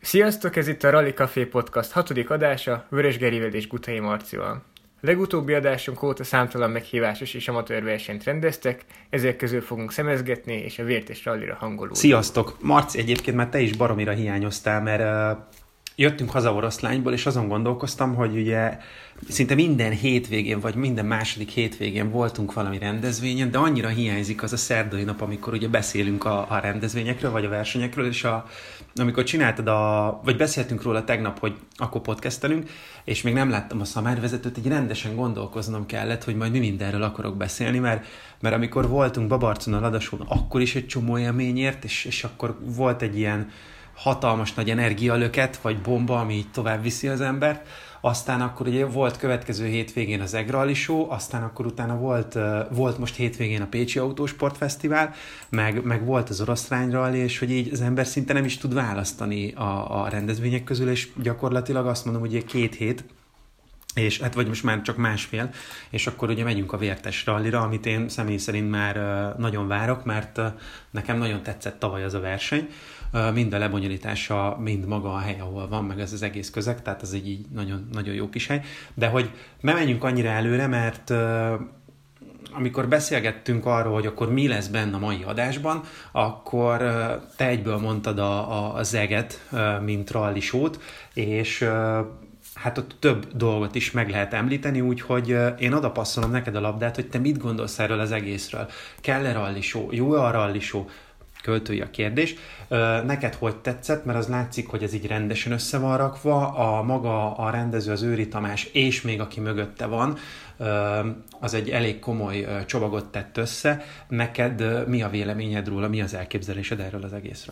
Sziasztok, ez itt a Rally Café Podcast 6. adása, Vörös Gerivel és Gutai Marcival. Legutóbbi adásunk óta számtalan meghívásos és amatőr versenyt rendeztek, ezek közül fogunk szemezgetni és a vértes rallira hangolódni. Sziasztok! Marci, egyébként már te is baromira hiányoztál, mert jöttünk haza Oroszlányból, és azon gondolkoztam, hogy ugye szinte minden hétvégén, vagy minden második hétvégén voltunk valami rendezvényen, de annyira hiányzik az a szerdai nap, amikor ugye beszélünk a rendezvényekről, vagy a versenyekről, és amikor csináltad vagy beszéltünk róla tegnap, hogy akkor podcastelünk, és még nem láttam a szamárvezetőt, így rendesen gondolkoznom kellett, hogy majd mi mindenről akarok beszélni, mert amikor voltunk Babarcon a Ladasón, akkor is egy csomó élményért, és akkor volt egy ilyen hatalmas nagy energialöket, vagy bomba, ami így tovább viszi az embert. Aztán akkor ugye volt következő hétvégén az Egr Rally Show, aztán akkor utána volt most hétvégén a Pécsi Autósport Fesztivál, meg volt az Oroszlány Rally, és hogy így az ember szinte nem is tud választani a rendezvények közül, és gyakorlatilag azt mondom, hogy 2 hét, és hát vagy most már csak másfél, és akkor ugye megyünk a vértes rallira, amit én személy szerint már nagyon várok, mert nekem nagyon tetszett tavaly az a verseny, mind a lebonyolítása, mind maga a hely, ahol van, meg ez az egész közeg, tehát az így nagyon, nagyon jó kis hely. De hogy ne menjünk annyira előre, mert amikor beszélgettünk arról, hogy akkor mi lesz benne a mai adásban, akkor te egyből mondtad a Zeget, mint rally show-t, és hát ott több dolgot is meg lehet említeni, úgyhogy én odapasszolom neked a labdát, hogy te mit gondolsz erről az egészről. Kell-e rally show? Jó-e a rally show? Költői a kérdés. Neked hogy tetszett? Mert az látszik, hogy ez így rendesen össze van rakva. A rendező, az Őri Tamás, és még aki mögötte van, az egy elég komoly csomagot tett össze. Neked mi a véleményed róla? Mi az elképzelésed erről az egészről?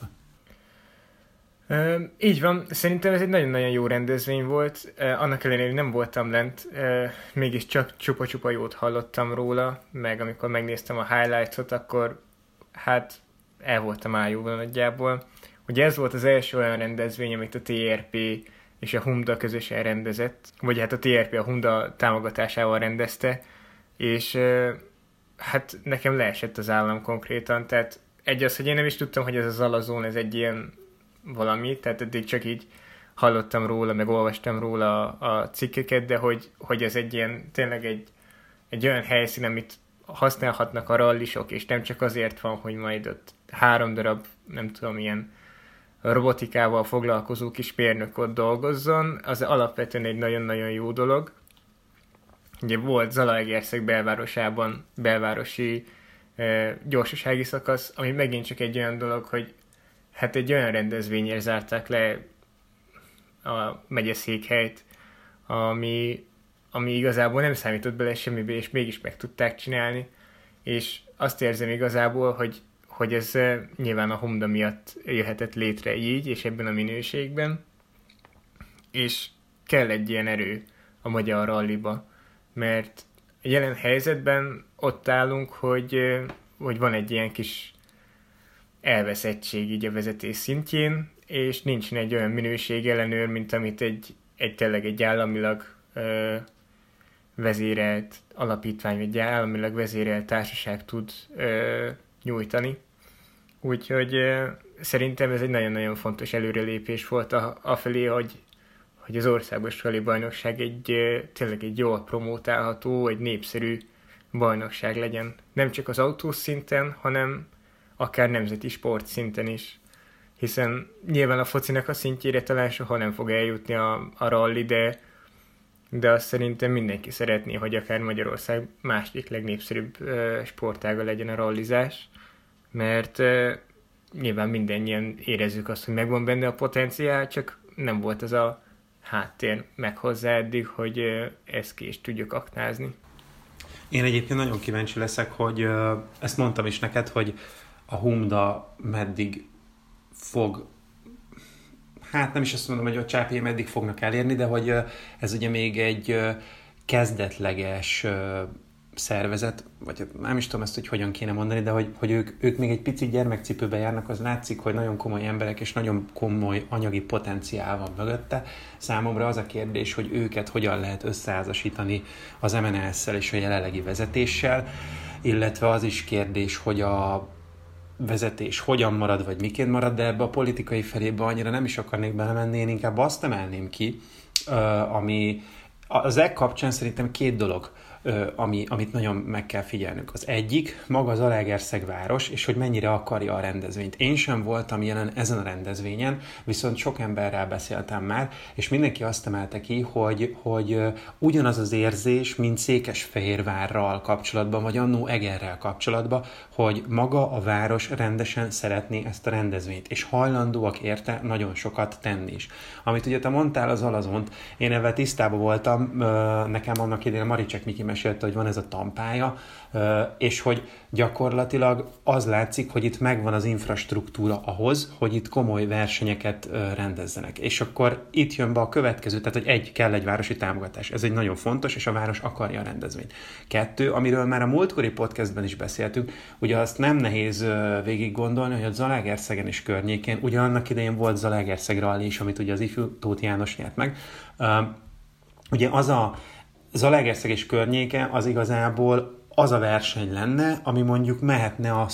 Így van, szerintem ez egy nagyon-nagyon jó rendezvény volt, annak ellenére, hogy nem voltam lent, mégis csak csupa-csupa jót hallottam róla, meg amikor megnéztem a highlights-ot, akkor hát el voltam ájúban nagyjából. Ugye ez volt az első olyan rendezvény, amit a TRP és a Humda közösen rendezett, vagy hát a TRP a Humda támogatásával rendezte, és hát nekem leesett az állam konkrétan, tehát az, hogy én nem is tudtam, hogy ez a Zalazón, ez egy ilyen valami, tehát eddig csak így hallottam róla, meg olvastam róla a cikkeket, de hogy ez egy ilyen, tényleg egy olyan helyszín, amit használhatnak a rallisok, és nem csak azért van, hogy majd ott 3 darab, nem tudom, ilyen robotikával foglalkozó kis mérnök ott dolgozzon, az alapvetően egy nagyon-nagyon jó dolog. Ugye volt Zalaegerszeg belvárosában belvárosi gyorsasági szakasz, ami megint csak egy olyan dolog, hogy hát egy olyan rendezvényért zárták le a megyeszékhelyt, ami igazából nem számított bele semmibe, és mégis meg tudták csinálni, és azt érzem igazából, hogy ez nyilván a Humda miatt jöhetett létre így, és ebben a minőségben, és kell egy ilyen erő a magyar ralliba, mert a jelen helyzetben ott állunk, hogy van egy ilyen kis elveszettség így a vezetés szintjén, és nincsen egy olyan minőségellenőr, mint amit tényleg egy államilag vezérelt alapítvány, vagy államilag vezérelt társaság tud nyújtani. Úgyhogy szerintem ez egy nagyon-nagyon fontos előrelépés volt afelé, hogy az országos rally bajnokság tényleg egy jól promótálható, egy népszerű bajnokság legyen. Nem csak az autós szinten, hanem akár nemzeti sport szinten is. Hiszen nyilván a focinak a szintjére talán soha nem fog eljutni a rally, de azt szerintem mindenki szeretné, hogy akár Magyarország második legnépszerűbb sportága legyen a rallizás, mert nyilván mindennyien érezzük azt, hogy megvan benne a potenciál, csak nem volt az a háttér meg hozzá eddig, hogy ezt ki is tudjuk aknázni. Én egyébként nagyon kíváncsi leszek, hogy ezt mondtam is neked, hogy a Humda meddig fog, hát nem is azt mondom, hogy a csápjai meddig fognak elérni, de hogy ez ugye még egy kezdetleges szervezet, vagy nem is tudom ezt, hogy hogyan kéne mondani, de hogy ők még egy pici gyermekcipőben járnak, az látszik, hogy nagyon komoly emberek és nagyon komoly anyagi potenciál van mögötte. Számomra az a kérdés, hogy őket hogyan lehet összeházasítani az MNS-szel és a jelenlegi vezetéssel, illetve az is kérdés, hogy vezetés hogyan marad, vagy miként marad, de ebbe a politikai felébe annyira nem is akarnék belemenni, én inkább azt emelném ki, ami az EG kapcsán szerintem két dolog, amit nagyon meg kell figyelnünk. Az egyik, maga az Zalaegerszeg város, és hogy mennyire akarja a rendezvényt. Én sem voltam jelen ezen a rendezvényen, viszont sok emberrel beszéltem már, és mindenki azt emelte ki, hogy ugyanaz az érzés, mint Székesfehérvárral kapcsolatban, vagy annó Egerrel kapcsolatban, hogy maga a város rendesen szeretné ezt a rendezvényt, és hajlandóak érte nagyon sokat tenni is. Amit ugye te mondtál az Alazont, én ebben tisztában voltam, nekem annak idején a Maricsek Miki mesélte, hogy van ez a tampája, és hogy gyakorlatilag az látszik, hogy itt megvan az infrastruktúra ahhoz, hogy itt komoly versenyeket rendezzenek. És akkor itt jön be a következő, tehát hogy kell egy városi támogatás. Ez egy nagyon fontos, és a város akarja a rendezvényt. 2, amiről már a múltkori podcastben is beszéltünk, ugye azt nem nehéz végig gondolni, hogy a Zalaegerszegen és környékén, ugye annak idején volt Zalaegerszeg rally is, amit ugye az ifjú Tóth János nyert meg. Ugye az a Zalaegerszeg és környéke az igazából az a verseny lenne, ami mondjuk mehetne a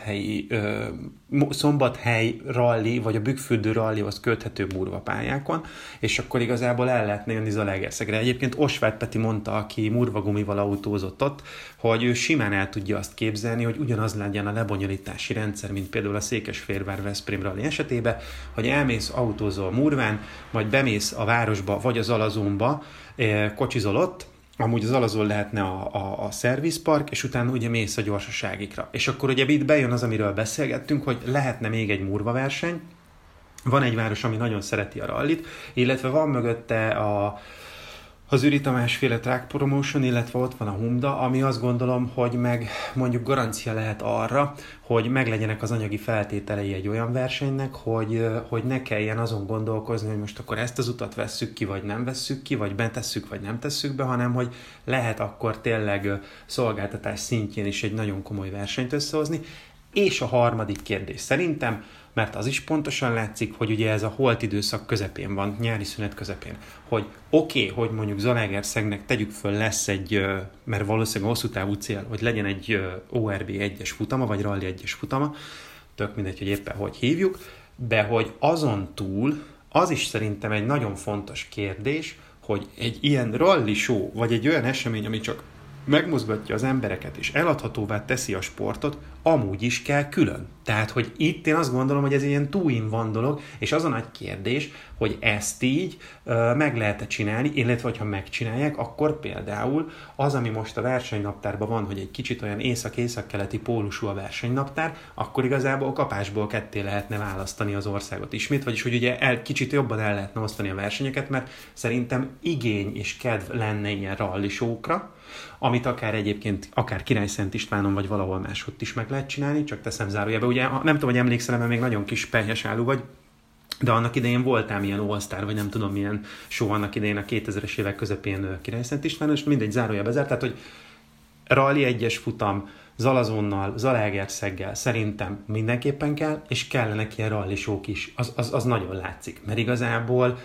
Szombathely rally, vagy a Bükkfürdő rallyhoz köthető murvapályákon, és akkor igazából el lehetne jönni Zalaegerszegre. Egyébként Osváth Peti mondta, aki murvagumival autózott ott, hogy ő simán el tudja azt képzelni, hogy ugyanaz legyen a lebonyolítási rendszer, mint például a Székesfehérvár-Veszprém rally esetében, hogy elmész, autózol Murván, majd bemész a városba, vagy az Alazonba, kocsizol ott, amúgy az Alazon lehetne a szervizpark, és utána ugye mész a gyorsaságikra. És akkor ugye itt bejön az, amiről beszélgettünk, hogy lehetne még egy murva verseny. Van egy város, ami nagyon szereti a rallit, illetve van mögötte az Üri Tamás féle Track Promotion, illetve ott van a Humda, ami azt gondolom, hogy meg mondjuk garancia lehet arra, hogy meglegyenek az anyagi feltételei egy olyan versenynek, hogy ne kelljen azon gondolkozni, hogy most akkor ezt az utat vesszük ki, vagy nem vesszük ki, vagy betesszük, vagy nem tesszük be, hanem hogy lehet akkor tényleg szolgáltatás szintjén is egy nagyon komoly versenyt összehozni. És a harmadik kérdés szerintem, mert az is pontosan látszik, hogy ugye ez a holt időszak közepén van, nyári szünet közepén, hogy oké, hogy mondjuk Zalaegerszegnek tegyük föl lesz egy, mert valószínűleg hosszú távú cél, hogy legyen egy ORB 1-es futama, vagy Rally 1-es futama, tök mindegy, hogy éppen hogy hívjuk, de hogy azon túl az is szerintem egy nagyon fontos kérdés, hogy egy ilyen rally show, vagy egy olyan esemény, ami csak megmozgatja az embereket, és eladhatóvá teszi a sportot, amúgy is kell külön. Tehát, hogy itt én azt gondolom, hogy ez ilyen two-in-one dolog, és az a nagy kérdés, hogy ezt így meg lehet-e csinálni, illetve, hogyha megcsinálják, akkor például az, ami most a versenynaptárban van, hogy egy kicsit olyan észak-észak-keleti pólusú a versenynaptár, akkor igazából kapásból ketté lehetne választani az országot ismét, vagyis, hogy ugye kicsit jobban el lehetne osztani a versenyeket, mert szerintem igény és kedv lenne ilyen rally show-kra, amit akár egyébként, akár Királyszent Istvánon, vagy valahol máshol is meg lehet csinálni, csak teszem zárójelbe. Ugye nem tudom, hogy emlékszel, mert még nagyon kis pelyhes álló vagy, de annak idején voltál milyen All-Star, vagy nem tudom milyen show annak idején a 2000-es évek közepén Királyszent Istvánon, és mindegy zárójelbe zárt, tehát hogy Rally 1-es futam, Zalazonnal, Zalaegerszeggel szerintem mindenképpen kell, és kellenek ilyen rally show-k is. Az nagyon látszik, mert igazából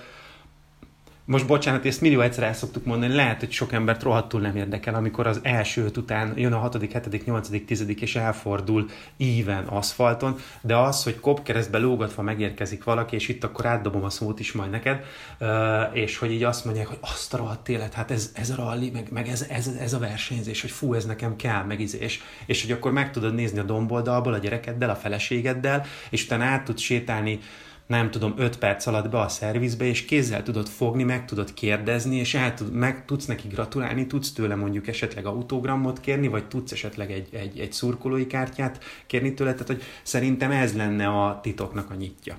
most bocsánat, ezt millió egyszer el szoktuk mondani, lehet, hogy sok embert rohadtul nem érdekel, amikor az első öt után jön a 6., 7., 8., 10. és elfordul íven aszfalton, de az, hogy kopkeresztbe lógatva megérkezik valaki, és itt akkor átdobom a szót is majd neked, és hogy így azt mondják, hogy azt a rohadt élet, hát ez a rally, meg ez a versenyzés, hogy fú, ez nekem kell, meg és hogy akkor meg tudod nézni a domboldalból a gyerekeddel, a feleségeddel, és utána át tudsz sétálni, nem tudom, 5 perc alatt be a szervizbe, és kézzel tudod fogni, meg tudod kérdezni, és meg tudsz neki gratulálni, tudsz tőle mondjuk esetleg autogramot kérni, vagy tudsz esetleg egy szurkolói kártyát kérni tőle, tehát hogy szerintem ez lenne a titoknak a nyitja.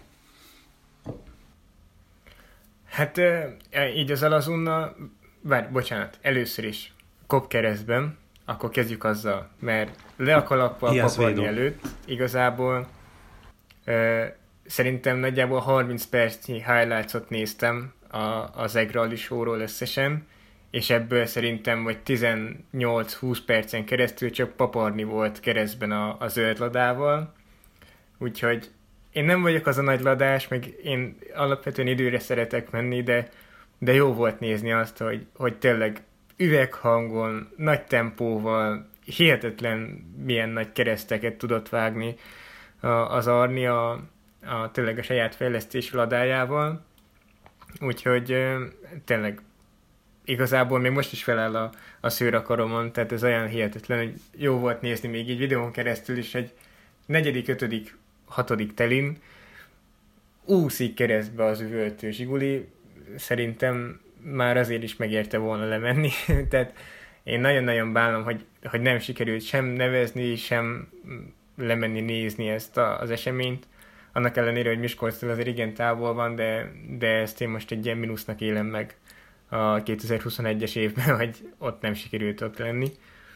Hát így az Alazonnal, bocsánat, először is kopkeresztben, akkor kezdjük azzal, mert le a kalappal paparni előtt igazából szerintem nagyjából 30 percnyi highlights-ot néztem az Egg Rally Show-ról összesen, és ebből szerintem vagy 18-20 percen keresztül csak paparni volt keresztben a zöld ladával. Úgyhogy én nem vagyok az a nagy ladás, meg én alapvetően időre szeretek menni, de jó volt nézni azt, hogy tényleg üveghangon, nagy tempóval, hihetetlen milyen nagy kereszteket tudott vágni az Arni tényleg a saját fejlesztés ladájával, úgyhogy tényleg igazából még most is feláll a szőr a karomon, tehát ez olyan hihetetlen, hogy jó volt nézni még így videón keresztül is, egy 4., 5., 6. telin úszik keresztbe az üvöltő Zsiguli, szerintem már azért is megérte volna lemenni, tehát én nagyon-nagyon bánom, hogy nem sikerült sem nevezni, sem lemenni nézni ezt az eseményt, annak ellenére, hogy Miskolctól azért igen távol van, de ezt én most egy ilyen mínusznak élem meg a 2021-es évben, hogy ott nem sikerült ott lenni.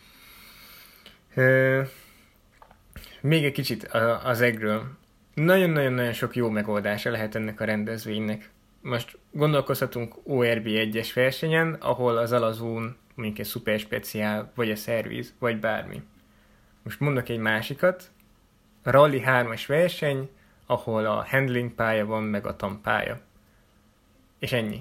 Még egy kicsit az egről. Nagyon-nagyon sok jó megoldása lehet ennek a rendezvénynek. Most gondolkozhatunk ORB 1-es versenyen, ahol az alazón mondjuk egy szuper speciál, vagy a szerviz, vagy bármi. Most mondok egy másikat. Rally 3-as verseny, ahol a handling pálya van, meg a tampálya. És ennyi.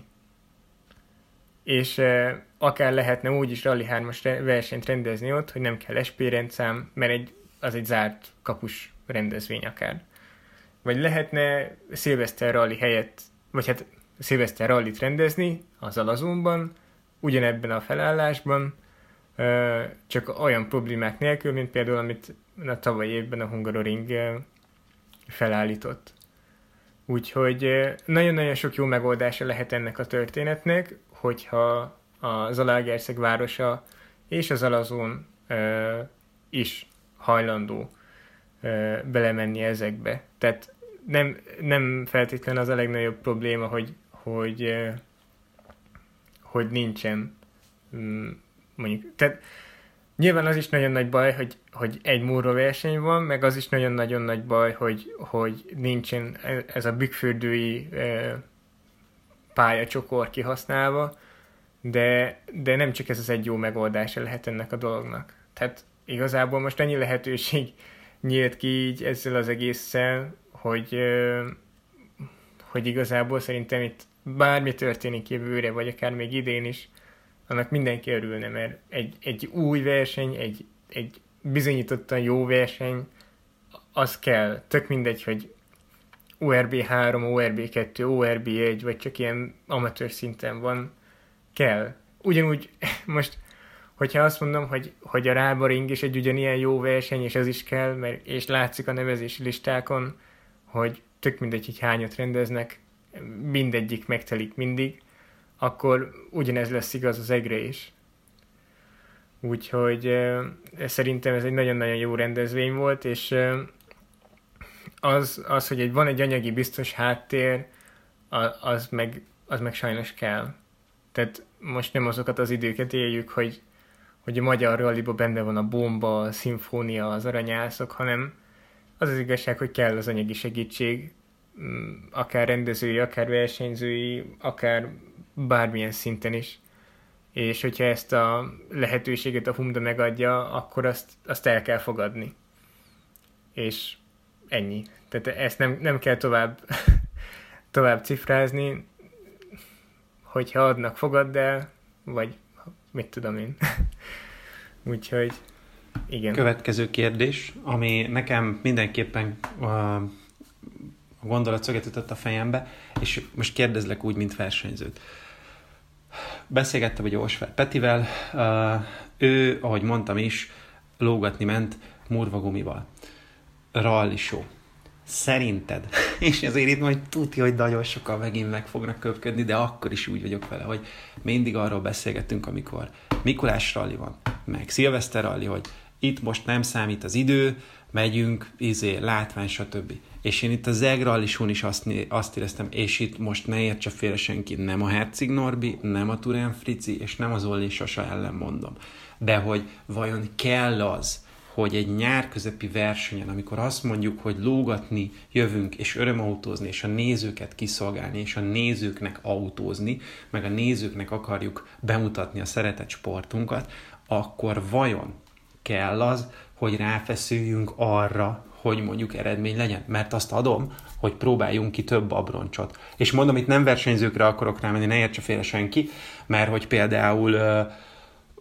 És akár lehetne úgy is Rally 3-as versenyt rendezni ott, hogy nem kell SP rendszám, mert az egy zárt kapus rendezvény akár. Vagy lehetne Szilveszter Rally helyett, vagy hát Szilveszter Rallyt rendezni az Alazonban, ugyanebben a felállásban, csak olyan problémák nélkül, mint például, amit a tavalyi évben a Hungaroring felállított. Úgyhogy nagyon-nagyon sok jó megoldása lehet ennek a történetnek, hogyha a Zalaegerszeg városa és az Alazon is hajlandó belemenni ezekbe. Tehát nem feltétlenül az a legnagyobb probléma, hogy nincsen mondjuk. Tehát nyilván az is nagyon nagy baj, hogy egy múró verseny van, meg az is nagyon-nagyon nagy baj, hogy nincsen ez a bükkfürdői pályacsokor kihasználva, de nem csak ez az egy jó megoldása lehet ennek a dolognak. Tehát igazából most annyi lehetőség nyílt ki így ezzel az egésszel, hogy igazából szerintem itt bármi történik jövőre, vagy akár még idén is, annak mindenki örülne, mert egy új verseny, egy bizonyítottan jó verseny, az kell. Tök mindegy, hogy ORB 3, ORB 2, ORB 1, vagy csak ilyen amatőr szinten van, kell. Ugyanúgy most, hogyha azt mondom, hogy a Rábaring is egy ugyanilyen jó verseny, és ez is kell, és látszik a nevezési listákon, hogy tök mindegy, hogy hányat rendeznek, mindegyik megtelik mindig, akkor ugyanez lesz igaz az egre is. Úgyhogy szerintem ez egy nagyon-nagyon jó rendezvény volt, és az hogy van egy anyagi biztos háttér, az meg sajnos kell. Tehát most nem azokat az időket éljük, hogy a magyar rallyban benne van a Bomba, a Szimfónia, az Aranyászok, hanem az az igazság, hogy kell az anyagi segítség, akár rendezői, akár versenyzői, akár bármilyen szinten is. És hogyha ezt a lehetőséget a Humda megadja, akkor azt el kell fogadni. És ennyi. Tehát ezt nem kell tovább cifrázni, hogyha adnak, fogadd el, vagy mit tudom én. Úgyhogy igen. Következő kérdés, ami nekem mindenképpen a gondolatszöget ütött a fejembe, és most kérdezlek úgy, mint versenyzőt. Beszélgettem a Jósfer Petivel, ő, ahogy mondtam is, lógatni ment murvagumival. Rally show. Szerinted, és azért itt majd tudja, hogy nagyon sokan megint meg fognak köpködni, de akkor is úgy vagyok vele, hogy mindig arról beszélgettünk, amikor Mikulás rally van, meg Szilveszter rally, hogy itt most nem számít az idő, megyünk, látvány, stb. És én itt a Zeg rally-són is azt éreztem, és itt most ne értse félre senki, nem a Herceg Norbi, nem a Turán Frici, és nem az Olli Sasa ellen mondom. De hogy vajon kell az, hogy egy nyárközepi versenyen, amikor azt mondjuk, hogy lógatni jövünk, és örömautózni, és a nézőket kiszolgálni, és a nézőknek autózni, meg a nézőknek akarjuk bemutatni a szeretett sportunkat, akkor vajon kell az, hogy ráfeszüljünk arra, hogy mondjuk eredmény legyen? Mert azt adom, hogy próbáljunk ki több abroncsot. És mondom, itt nem versenyzőkre akarok rámenni, ne értse félre senki, mert hogy például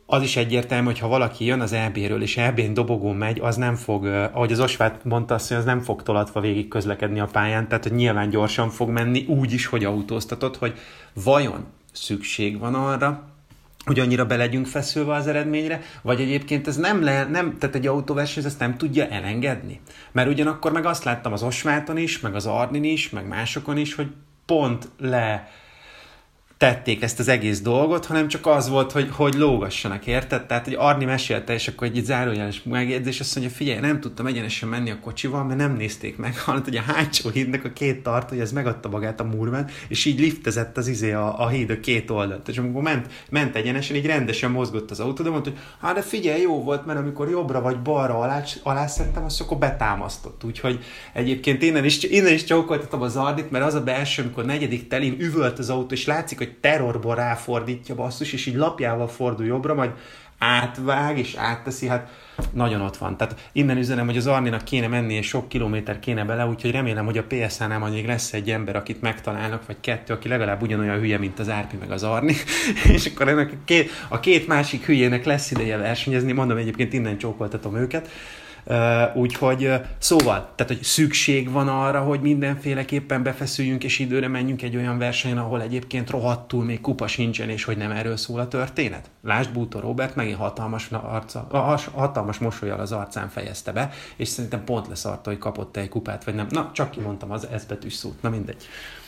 az is egyértelmű, hogy ha valaki jön az EB-ről, és EB-n dobogón megy, az nem fog, ahogy az Osvát mondta azt, hogy az nem fog tolatva végig közlekedni a pályán, tehát hogy nyilván gyorsan fog menni, úgy is, hogy autóztatod, hogy vajon szükség van arra, hogy annyira be legyünk feszülve az eredményre, vagy egyébként ez tehát egy autóverseny ezt nem tudja elengedni. Mert ugyanakkor meg azt láttam az Osváton is, meg az Arnin is, meg másokon is, hogy pont tették ezt az egész dolgot, hanem csak az volt, hogy lógassanak, érted? Tehát, hogy Arni mesélte, és akkor egy zárójeles megjegyzés, azt mondja, figyelj, nem tudtam egyenesen menni a kocsival, mert nem nézték meg, hanem hogy a hátsó hídnek a két tartója, ez megadta magát a murván, és így liftezett a híd a két oldalt. És amikor ment egyenesen, így rendesen mozgott az autó, de mondta, hogy de figyelj, jó volt, mert amikor jobbra vagy balra alászettem, azt akkor betámasztott. Úgyhogy egyébként innen is csókoltatom az Arnit, mert az a belső, amikor negyedik telin üvölt az autó, és látszik, hogy terrorból ráfordítja basszus, és így lapjával fordul jobbra, majd átvág, és átteszi, hát nagyon ott van. Tehát innen üzenem, hogy az Arninak kéne menni, és sok kilométer kéne bele, úgyhogy remélem, hogy a PSH-nál majd még lesz egy ember, akit megtalálnak, vagy kettő, aki legalább ugyanolyan hülye, mint az Árpi meg az Arni, és akkor ennek a két másik hülyének lesz ideje versenyezni, mondom, egyébként innen csókoltatom őket. Úgyhogy szóval, tehát hogy szükség van arra, hogy mindenféleképpen befeszüljünk és időre menjünk egy olyan versenyen, ahol egyébként rohadtul még kupa sincsen, és hogy nem erről szól a történet. Lásd, Bútor Róbert megint hatalmas mosollyal az arcán fejezte be, és szerintem pont leszarta, hogy kapott egy kupát, vagy nem. Na, csak kimondtam az S betűs szót, na mindegy.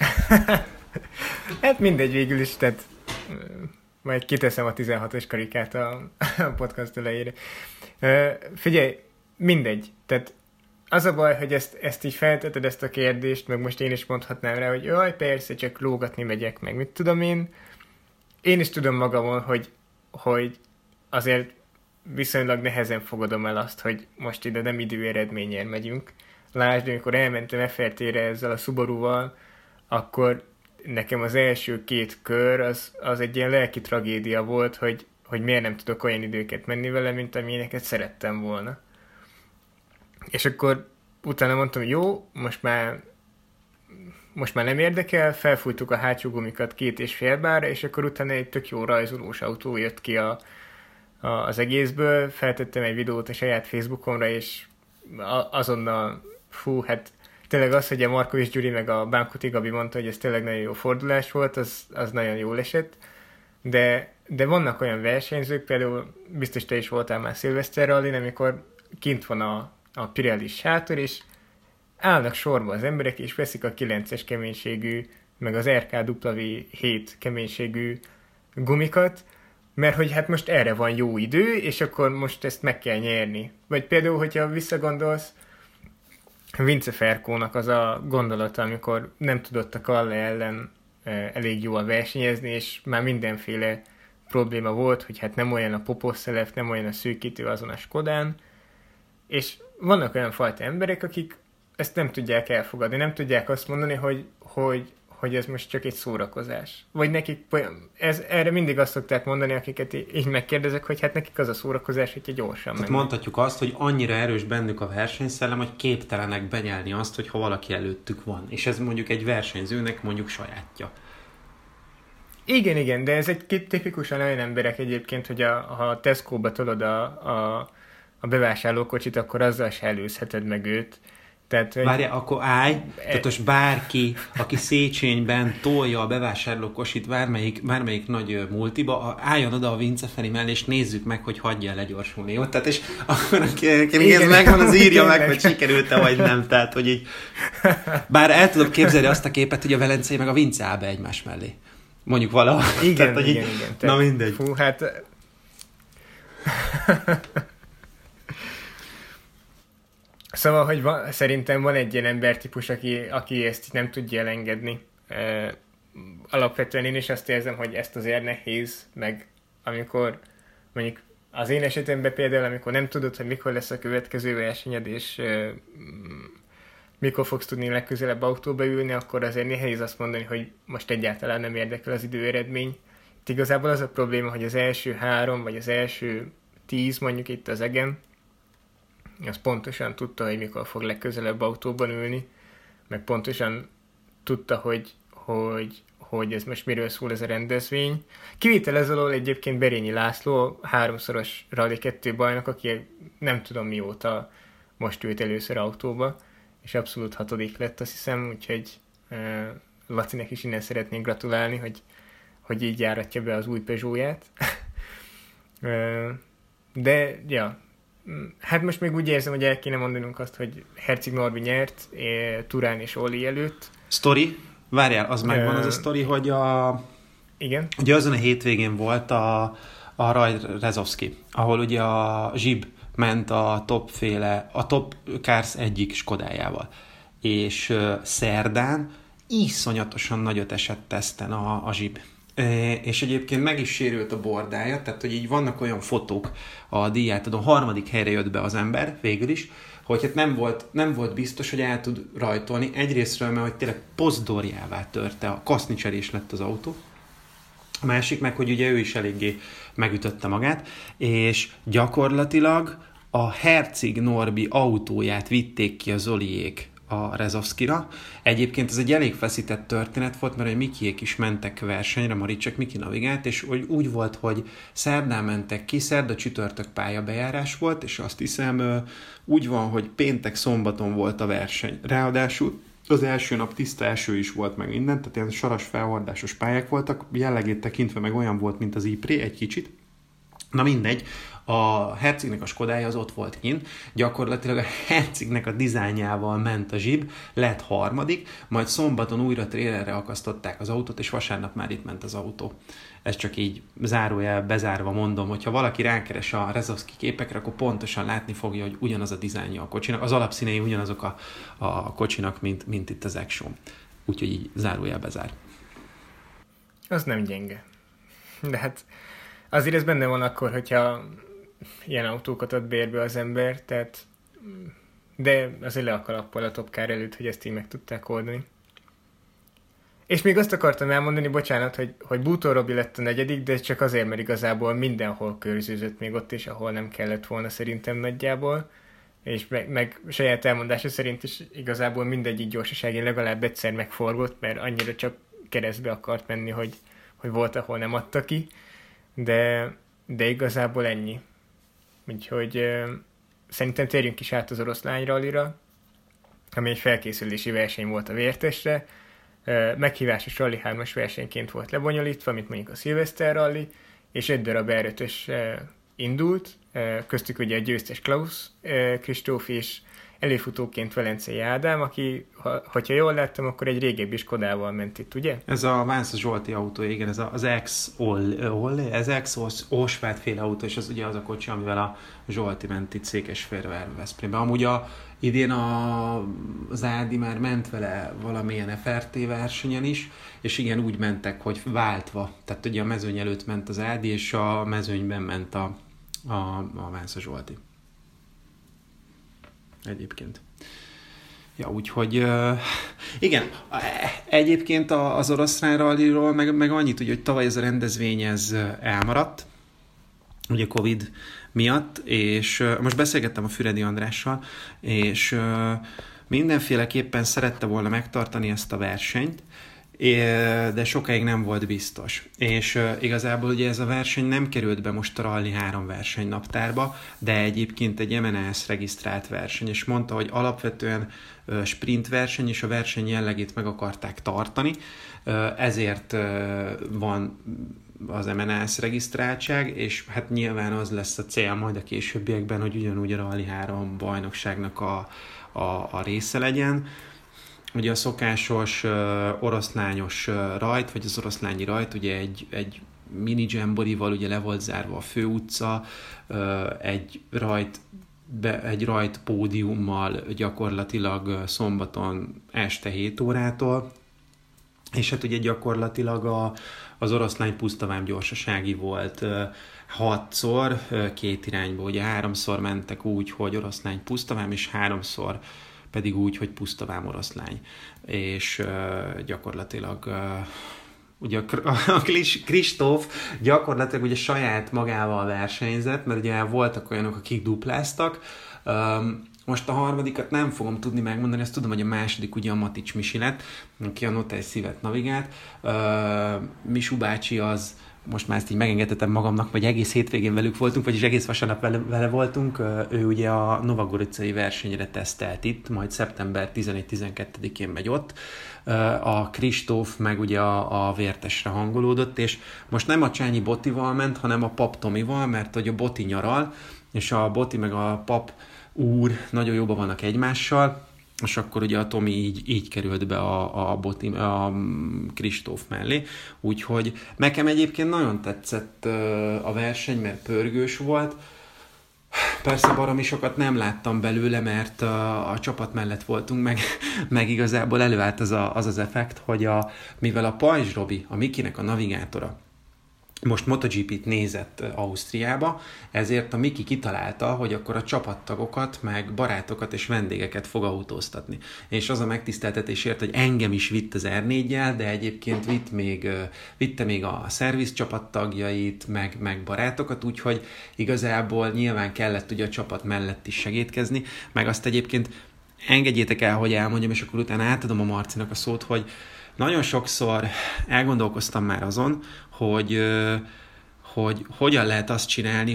Hát mindegy végül is, tehát majd kiteszem a 16-os karikát a podcast elejére. Figyelj, mindegy. Tehát az a baj, hogy ezt így felteted, ezt a kérdést, meg most én is mondhatnám rá, hogy jaj, persze, csak lógatni megyek, meg mit tudom én. Én is tudom magamon, hogy azért viszonylag nehezen fogadom el azt, hogy most ide nem időeredménnyel megyünk. Lásd, amikor elmentem FRT-re ezzel a Subaruval, akkor nekem az első 2 kör az egy ilyen lelki tragédia volt, hogy miért nem tudok olyan időket menni vele, mint amilyeneket szerettem volna. És akkor utána mondtam, jó, most már nem érdekel, felfújtuk a hátsó gumikat 2,5 bárra, és akkor utána egy tök jó rajzolós autó jött ki az egészből, feltettem egy videót a saját Facebookomra, és azonnal, hát tényleg az, hogy a Markovics Gyuri meg a Bánkuti Gabi mondta, hogy ez tényleg nagyon jó fordulás volt, az nagyon jól esett, de vannak olyan versenyzők, például biztos te is voltál már Szilveszter rallin, amikor kint van a Pirelli sátor, és állnak sorba az emberek, és veszik a 9-es keménységű, meg az RKW7 keménységű gumikat, mert hogy hát most erre van jó idő, és akkor most ezt meg kell nyerni. Vagy például, hogyha visszagondolsz, Vince Ferkónak az a gondolata, amikor nem tudott a Kalle ellen elég jól versenyezni, és már mindenféle probléma volt, hogy hát nem olyan a Poposszelef, nem olyan a szűkítő azon a Skodán, és vannak olyan fajta emberek, akik ezt nem tudják elfogadni, nem tudják azt mondani, hogy ez most csak egy szórakozás. Vagy nekik, erre mindig azt szokták mondani, akiket így megkérdezek, hogy hát nekik az a szórakozás, hogyha gyorsan mennek. Mondhatjuk azt, hogy annyira erős bennük a versenyszellem, hogy képtelenek benyelni azt, hogy ha valaki előttük van. És ez mondjuk egy versenyzőnek mondjuk sajátja. Igen, de ez egy tipikusan olyan emberek egyébként, hogy ha a Tesco-ba tolod a bevásárlókocsit, akkor azzal se előzheted meg őt. Várjál, akkor állj, tehát most bárki, aki Széchenyben tolja a bevásárlókocsit bármelyik nagy multiba, álljon oda a Vince Feri mellé, és nézzük meg, hogy hagyja legyorsulni, jó? Tehát és akkor aki ez megvan, az írja meg, hogy sikerült-e, vagy nem. Tehát, hogy így... Bár el tudom képzelni azt a képet, hogy a Velencei meg a Vince áll be egymás mellé. Mondjuk valahol. Igen, tehát, hogy igen. Na mindegy. Fú, hát... Szóval, hogy szerintem van egy ilyen embertípus, aki ezt nem tudja elengedni. Alapvetően én is azt érzem, hogy ezt azért nehéz, meg amikor mondjuk az én esetemben például, amikor nem tudod, hogy mikor lesz a következő versenyed, és mikor fogsz tudni legközelebb autóba ülni, akkor azért nehéz azt mondani, hogy most egyáltalán nem érdekel az időeredmény. Itt igazából az a probléma, hogy az első 3, vagy az első 10 mondjuk itt az egen, az pontosan tudta, hogy mikor fog legközelebb autóban ülni, meg pontosan tudta, hogy ez most miről szól ez a rendezvény. Kivétel ez alól egyébként Berényi László, 3-szoros Rally 2 bajnok, aki nem tudom mióta most ült először autóba, és abszolút 6. lett, azt hiszem, úgyhogy Lacinek is innen szeretnék gratulálni, hogy így járatja be az új Peugeot-ját. De, ja, hát most még úgy érzem, hogy el kéne mondanunk azt, hogy Herzig Norbi nyert Turán és Olli előtt. Sztori? Várjál, az megvan az a sztori, hogy igen? Ugye azon a hétvégén volt a Raj Rezovszki, ahol ugye a Zsib ment a Top Cars egyik Skodájával. És szerdán iszonyatosan nagyot esett teszten a Zsib. És egyébként meg is sérült a bordája, tehát hogy így vannak olyan fotók a díjátadón, 3. helyre jött be az ember végül is, hogy hát nem volt biztos, hogy el tud rajtolni. Egyrésztről, mert hogy tényleg pozdorjává törte, a kasznicserés lett az autó. A másik meg, hogy ugye ő is eléggé megütötte magát, és gyakorlatilag a Herzig Norbi autóját vitték ki a Zoliék a Rezovszkira. Egyébként ez egy elég feszített történet volt, mert a Mikiék is mentek versenyre, Maricsek Miki navigált, és úgy volt, hogy szerdán mentek ki, szerda csütörtök pályabejárás volt, és azt hiszem úgy van, hogy péntek szombaton volt a verseny. Ráadásul az első nap tiszta eső is volt meg minden, tehát ilyen saras felhordásos pályák voltak, jellegét tekintve meg olyan volt, mint az Ypres egy kicsit. Na mindegy, a Herzignek a Skodája az ott volt kint, gyakorlatilag a Herzignek a dizájnjával ment a Zsib, lett 3., majd szombaton újra trélerre akasztották az autót, és vasárnap már itt ment az autó. Ez csak így zárójel bezárva mondom, hogyha valaki rákeres a Rezovszki képekre, akkor pontosan látni fogja, hogy ugyanaz a dizájnja a kocsinak, az alapszínei ugyanazok a kocsinak, mint itt az Action. Úgyhogy így zárójel bezár. Az nem gyenge. De hát azért ez benne van akkor, hogyha ilyen autókat ad bérbe az ember, tehát de azért le a kalappal a Top Car előtt, hogy ezt így meg tudták oldani. És még azt akartam elmondani, bocsánat, hogy Bútor Robi lett a 4., de csak azért, mert igazából mindenhol körzőzött még ott is, ahol nem kellett volna szerintem nagyjából, és meg saját elmondása szerint is igazából mindegyik gyorsaságén legalább egyszer megforgott, mert annyira csak keresztbe akart menni, hogy volt, ahol nem adta ki, de igazából ennyi. Úgyhogy szerintem térjünk is át az Oroszlány rallira, ami egy felkészülési verseny volt a Vértesre, meghívásos Rally 3-as versenyként volt lebonyolítva, mint mondjuk a Szilveszter Rally, és 5 darab R5-ös indult, köztük ugye a győztes Klaus Kristóf és előfutóként Velencei Ádám, aki, hogyha jól láttam, akkor egy régebbi Skodával ment itt, ugye? Ez a Vánsza Zsolti autó, igen, ez az ex-Osváth féle autó, és ez ugye az a kocsi, amivel a Zsolti ment itt Székesfehérvár-Veszprémbe. Amúgy idén az Ádi már ment vele valamilyen FRT versenyen is, és igen, úgy mentek, hogy váltva. Tehát ugye a mezőny előtt ment az Ádi, és a mezőnyben ment a Vánsza Zsolti. Egyébként. Ja, úgyhogy igen, egyébként az Oroszlán rallyról meg annyit, hogy tavaly ez a rendezvény ez elmaradt, ugye Covid miatt, és most beszélgettem a Füredi Andrással, és mindenféleképpen szerette volna megtartani ezt a versenyt, de sokáig nem volt biztos. És igazából ugye ez a verseny nem került be most a Rally 3 versenynaptárba, de egyébként egy MNS regisztrált verseny, és mondta, hogy alapvetően sprint verseny, és a verseny jellegét meg akarták tartani, ezért van az MNS regisztráltság, és hát nyilván az lesz a cél majd a későbbiekben, hogy ugyanúgy a Rally 3 bajnokságnak a része legyen. Ugye a szokásos oroszlányos rajt, vagy az oroszlányi rajt, ugye egy mini dzsemborival ugye le volt zárva a főutca, egy rajt pódiummal gyakorlatilag szombaton este 7 órától, és hát ugye gyakorlatilag az oroszlány pusztavám gyorsasági volt 6-szor, 2 irányba, ugye 3-szor mentek úgy, hogy oroszlány pusztavám, és 3-szor pedig úgy, hogy pusztavám oroszlány. És gyakorlatilag ugye a Kristóf gyakorlatilag ugye saját magával versenyzett, mert ugye voltak olyanok, akik dupláztak, Most a harmadikat nem fogom tudni megmondani, azt tudom, hogy a második ugye a Matics Misi lett, aki a Notai Szívet navigált. Misu bácsi az, most már ezt így megengedhetem magamnak, vagy egész hétvégén velük voltunk, vagyis egész vasárnap vele voltunk. Ő ugye a novagoricai versenyre tesztelt itt, majd szeptember 11-12-én megy ott. A Kristóf meg ugye a Vértesre hangolódott, és most nem a Csányi Botival ment, hanem a Pap Tomival, mert hogy a Boti nyaral, és a Boti meg a Pap úr nagyon jóban vannak egymással, és akkor ugye a Tomi így került be a Kristóf mellé. Úgyhogy nekem egyébként nagyon tetszett a verseny, mert pörgős volt. Persze baromi sokat nem láttam belőle, mert a csapat mellett voltunk, meg igazából előállt az effekt, hogy mivel a Pajzs Robi, a Mikinek a navigátora, most MotoGP-t nézett Ausztriába, ezért a Miki kitalálta, hogy akkor a csapattagokat, meg barátokat és vendégeket fog autóztatni. És az a megtiszteltetésért, hogy engem is vitt az R4-jel, de egyébként vitte még a szerviz csapattagjait, meg barátokat, úgyhogy igazából nyilván kellett ugye a csapat mellett is segítkezni, meg azt egyébként engedjétek el, hogy elmondjam, és akkor utána átadom a Marcinak a szót, hogy nagyon sokszor elgondolkoztam már azon, hogy hogyan lehet azt csinálni,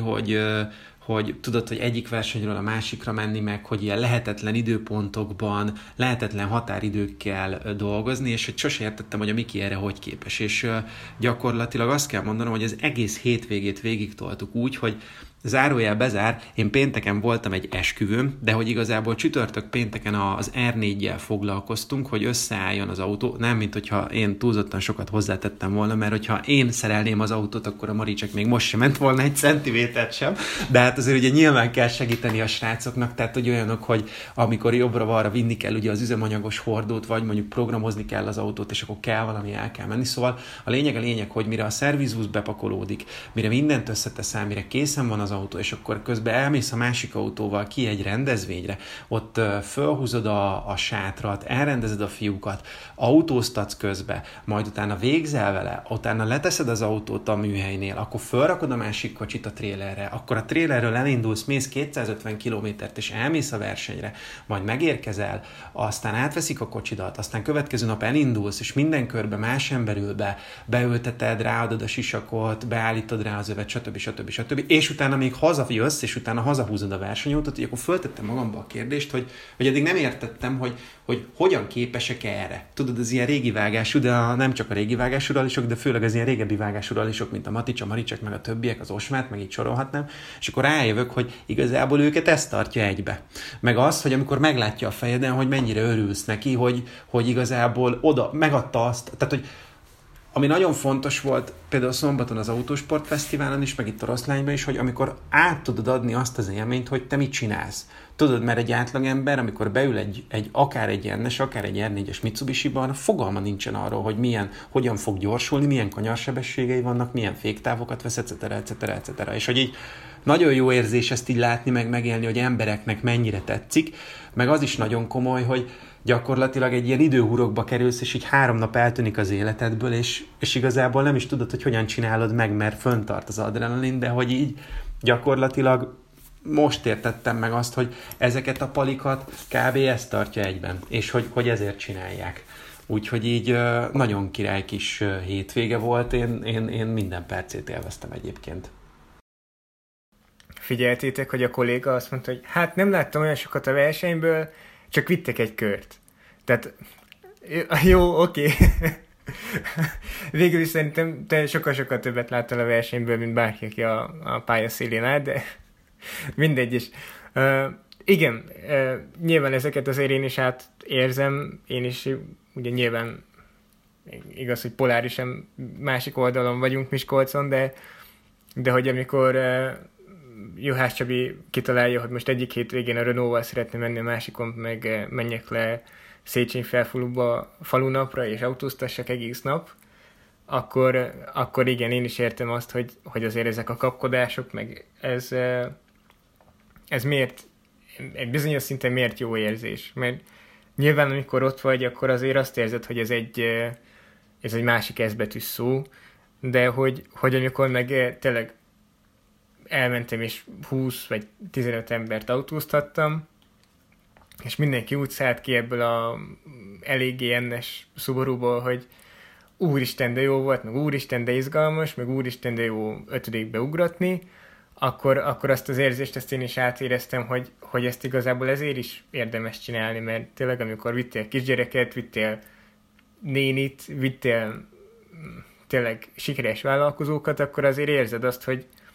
hogy tudod, hogy egyik versenyről a másikra menni, meg hogy ilyen lehetetlen időpontokban, lehetetlen határidőkkel dolgozni, és hogy sose értettem, hogy a Miki erre hogy képes. És gyakorlatilag azt kell mondanom, hogy az egész hétvégét végig toltuk úgy, hogy zárójel bezár, én pénteken voltam egy esküvőn, de hogy igazából csütörtök pénteken az R4-jel foglalkoztunk, hogy összeálljon az autó, nem mint hogyha én túlzottan sokat hozzátettem volna, mert hogyha én szerelném az autót, akkor a Maricsek még most sem ment volna egy centimétert sem, de hát azért ugye nyilván kell segíteni a srácoknak, tehát hogy olyanok, hogy amikor jobbra-balra vinni kell ugye az üzemanyagos hordót, vagy mondjuk programozni kell az autót, és akkor kell valami, el kell menni, szóval a lényeg, hogy mire a szervizbusz bepakolódik, mire mindent összeteszel, mire készen van az autó, és akkor közben elmész a másik autóval ki egy rendezvényre, ott fölhúzod a sátrat, elrendezed a fiúkat, autóztatsz közbe, majd utána végzel vele, utána leteszed az autót a műhelynél, akkor fölrakod a másik kocsit a trélerre, akkor a trélerről elindulsz, mész 250 kilométert, és elmész a versenyre, majd megérkezel, aztán átveszik a kocsidat, aztán következő nap elindulsz, és minden körbe más ember ül be, beülteted, ráadod a sisakot, beállítod rá az övet, stb. És utána még hazajössz, és utána hazahúzod a versenyautót, hogy akkor föltettem magamba a kérdést, hogy eddig nem értettem, hogy hogyan képesek erre. Tudod, az ilyen régi vágású, de nem csak a régi vágású ralisok, de főleg az ilyen régebbi vágású ralisok, mint a Matics, a Maricsek, meg a többiek, az Osmát, meg így sorolhatnám, és akkor rájövök, hogy igazából őket ezt tartja egybe. Meg az, hogy amikor meglátja a fejeden, hogy mennyire örülsz neki, hogy igazából oda megadta azt, tehát hogy ami nagyon fontos volt például szombaton az Autósport Fesztiválon is, meg itt a Oroszlányban is, hogy amikor át tudod adni azt az élményt, hogy te mit csinálsz. Tudod, mert egy átlagember, amikor beül akár egy NS, akár egy R4-es Mitsubishi-ban, fogalma nincsen arról, hogy hogyan fog gyorsulni, milyen kanyarsebességei vannak, milyen féktávokat vesz, etc. És hogy így nagyon jó érzés ezt így látni, meg megélni, hogy embereknek mennyire tetszik, meg az is nagyon komoly, hogy gyakorlatilag egy ilyen időhurokba kerülsz, és így 3 nap eltűnik az életedből, és igazából nem is tudod, hogy hogyan csinálod meg, mert föntart az adrenalin, de hogy így gyakorlatilag most értettem meg azt, hogy ezeket a palikat kb. Ezt tartja egyben, és hogy ezért csinálják. Úgyhogy így nagyon király kis hétvége volt, én minden percét élveztem egyébként. Figyeltétek, hogy a kolléga azt mondta, hogy hát nem láttam olyan sokat a versenyből, csak vittek egy kört. Tehát, jó, oké. Végül is szerintem te sokkal többet láttál a versenyből, mint bárki, aki a pálya szélén áll, de mindegy is. Igen, nyilván ezeket azért én is átérzem, én is ugye nyilván igaz, hogy polárisan másik oldalon vagyunk Miskolcon, de hogy amikor Juhász Csabi kitalálja, hogy most egyik hétvégén a Renault-val szeretne menni, a másikon meg menjek le Széchenyi felfaluba falunapra, és autóztassak egész nap, akkor igen, én is értem azt, hogy azért ezek a kapkodások, meg ez miért, egy bizonyos szinten miért jó érzés, mert nyilván amikor ott vagy, akkor azért azt érzed, hogy ez egy másik eszbetűs szó, de hogy amikor meg tényleg elmentem és 20 vagy 15 embert autóztattam, és mindenki úgy szállt ki ebből a eléggé ennes Subaruból, hogy úristen, de jó volt, meg úristen, de izgalmas, meg úristen, de jó ötödikbe ugratni, akkor azt az érzést ezt én is átéreztem, hogy ezt igazából ezért is érdemes csinálni, mert tényleg amikor vittél kisgyereket, vittél nénit, vittél tényleg sikeres vállalkozókat, akkor azért érzed azt,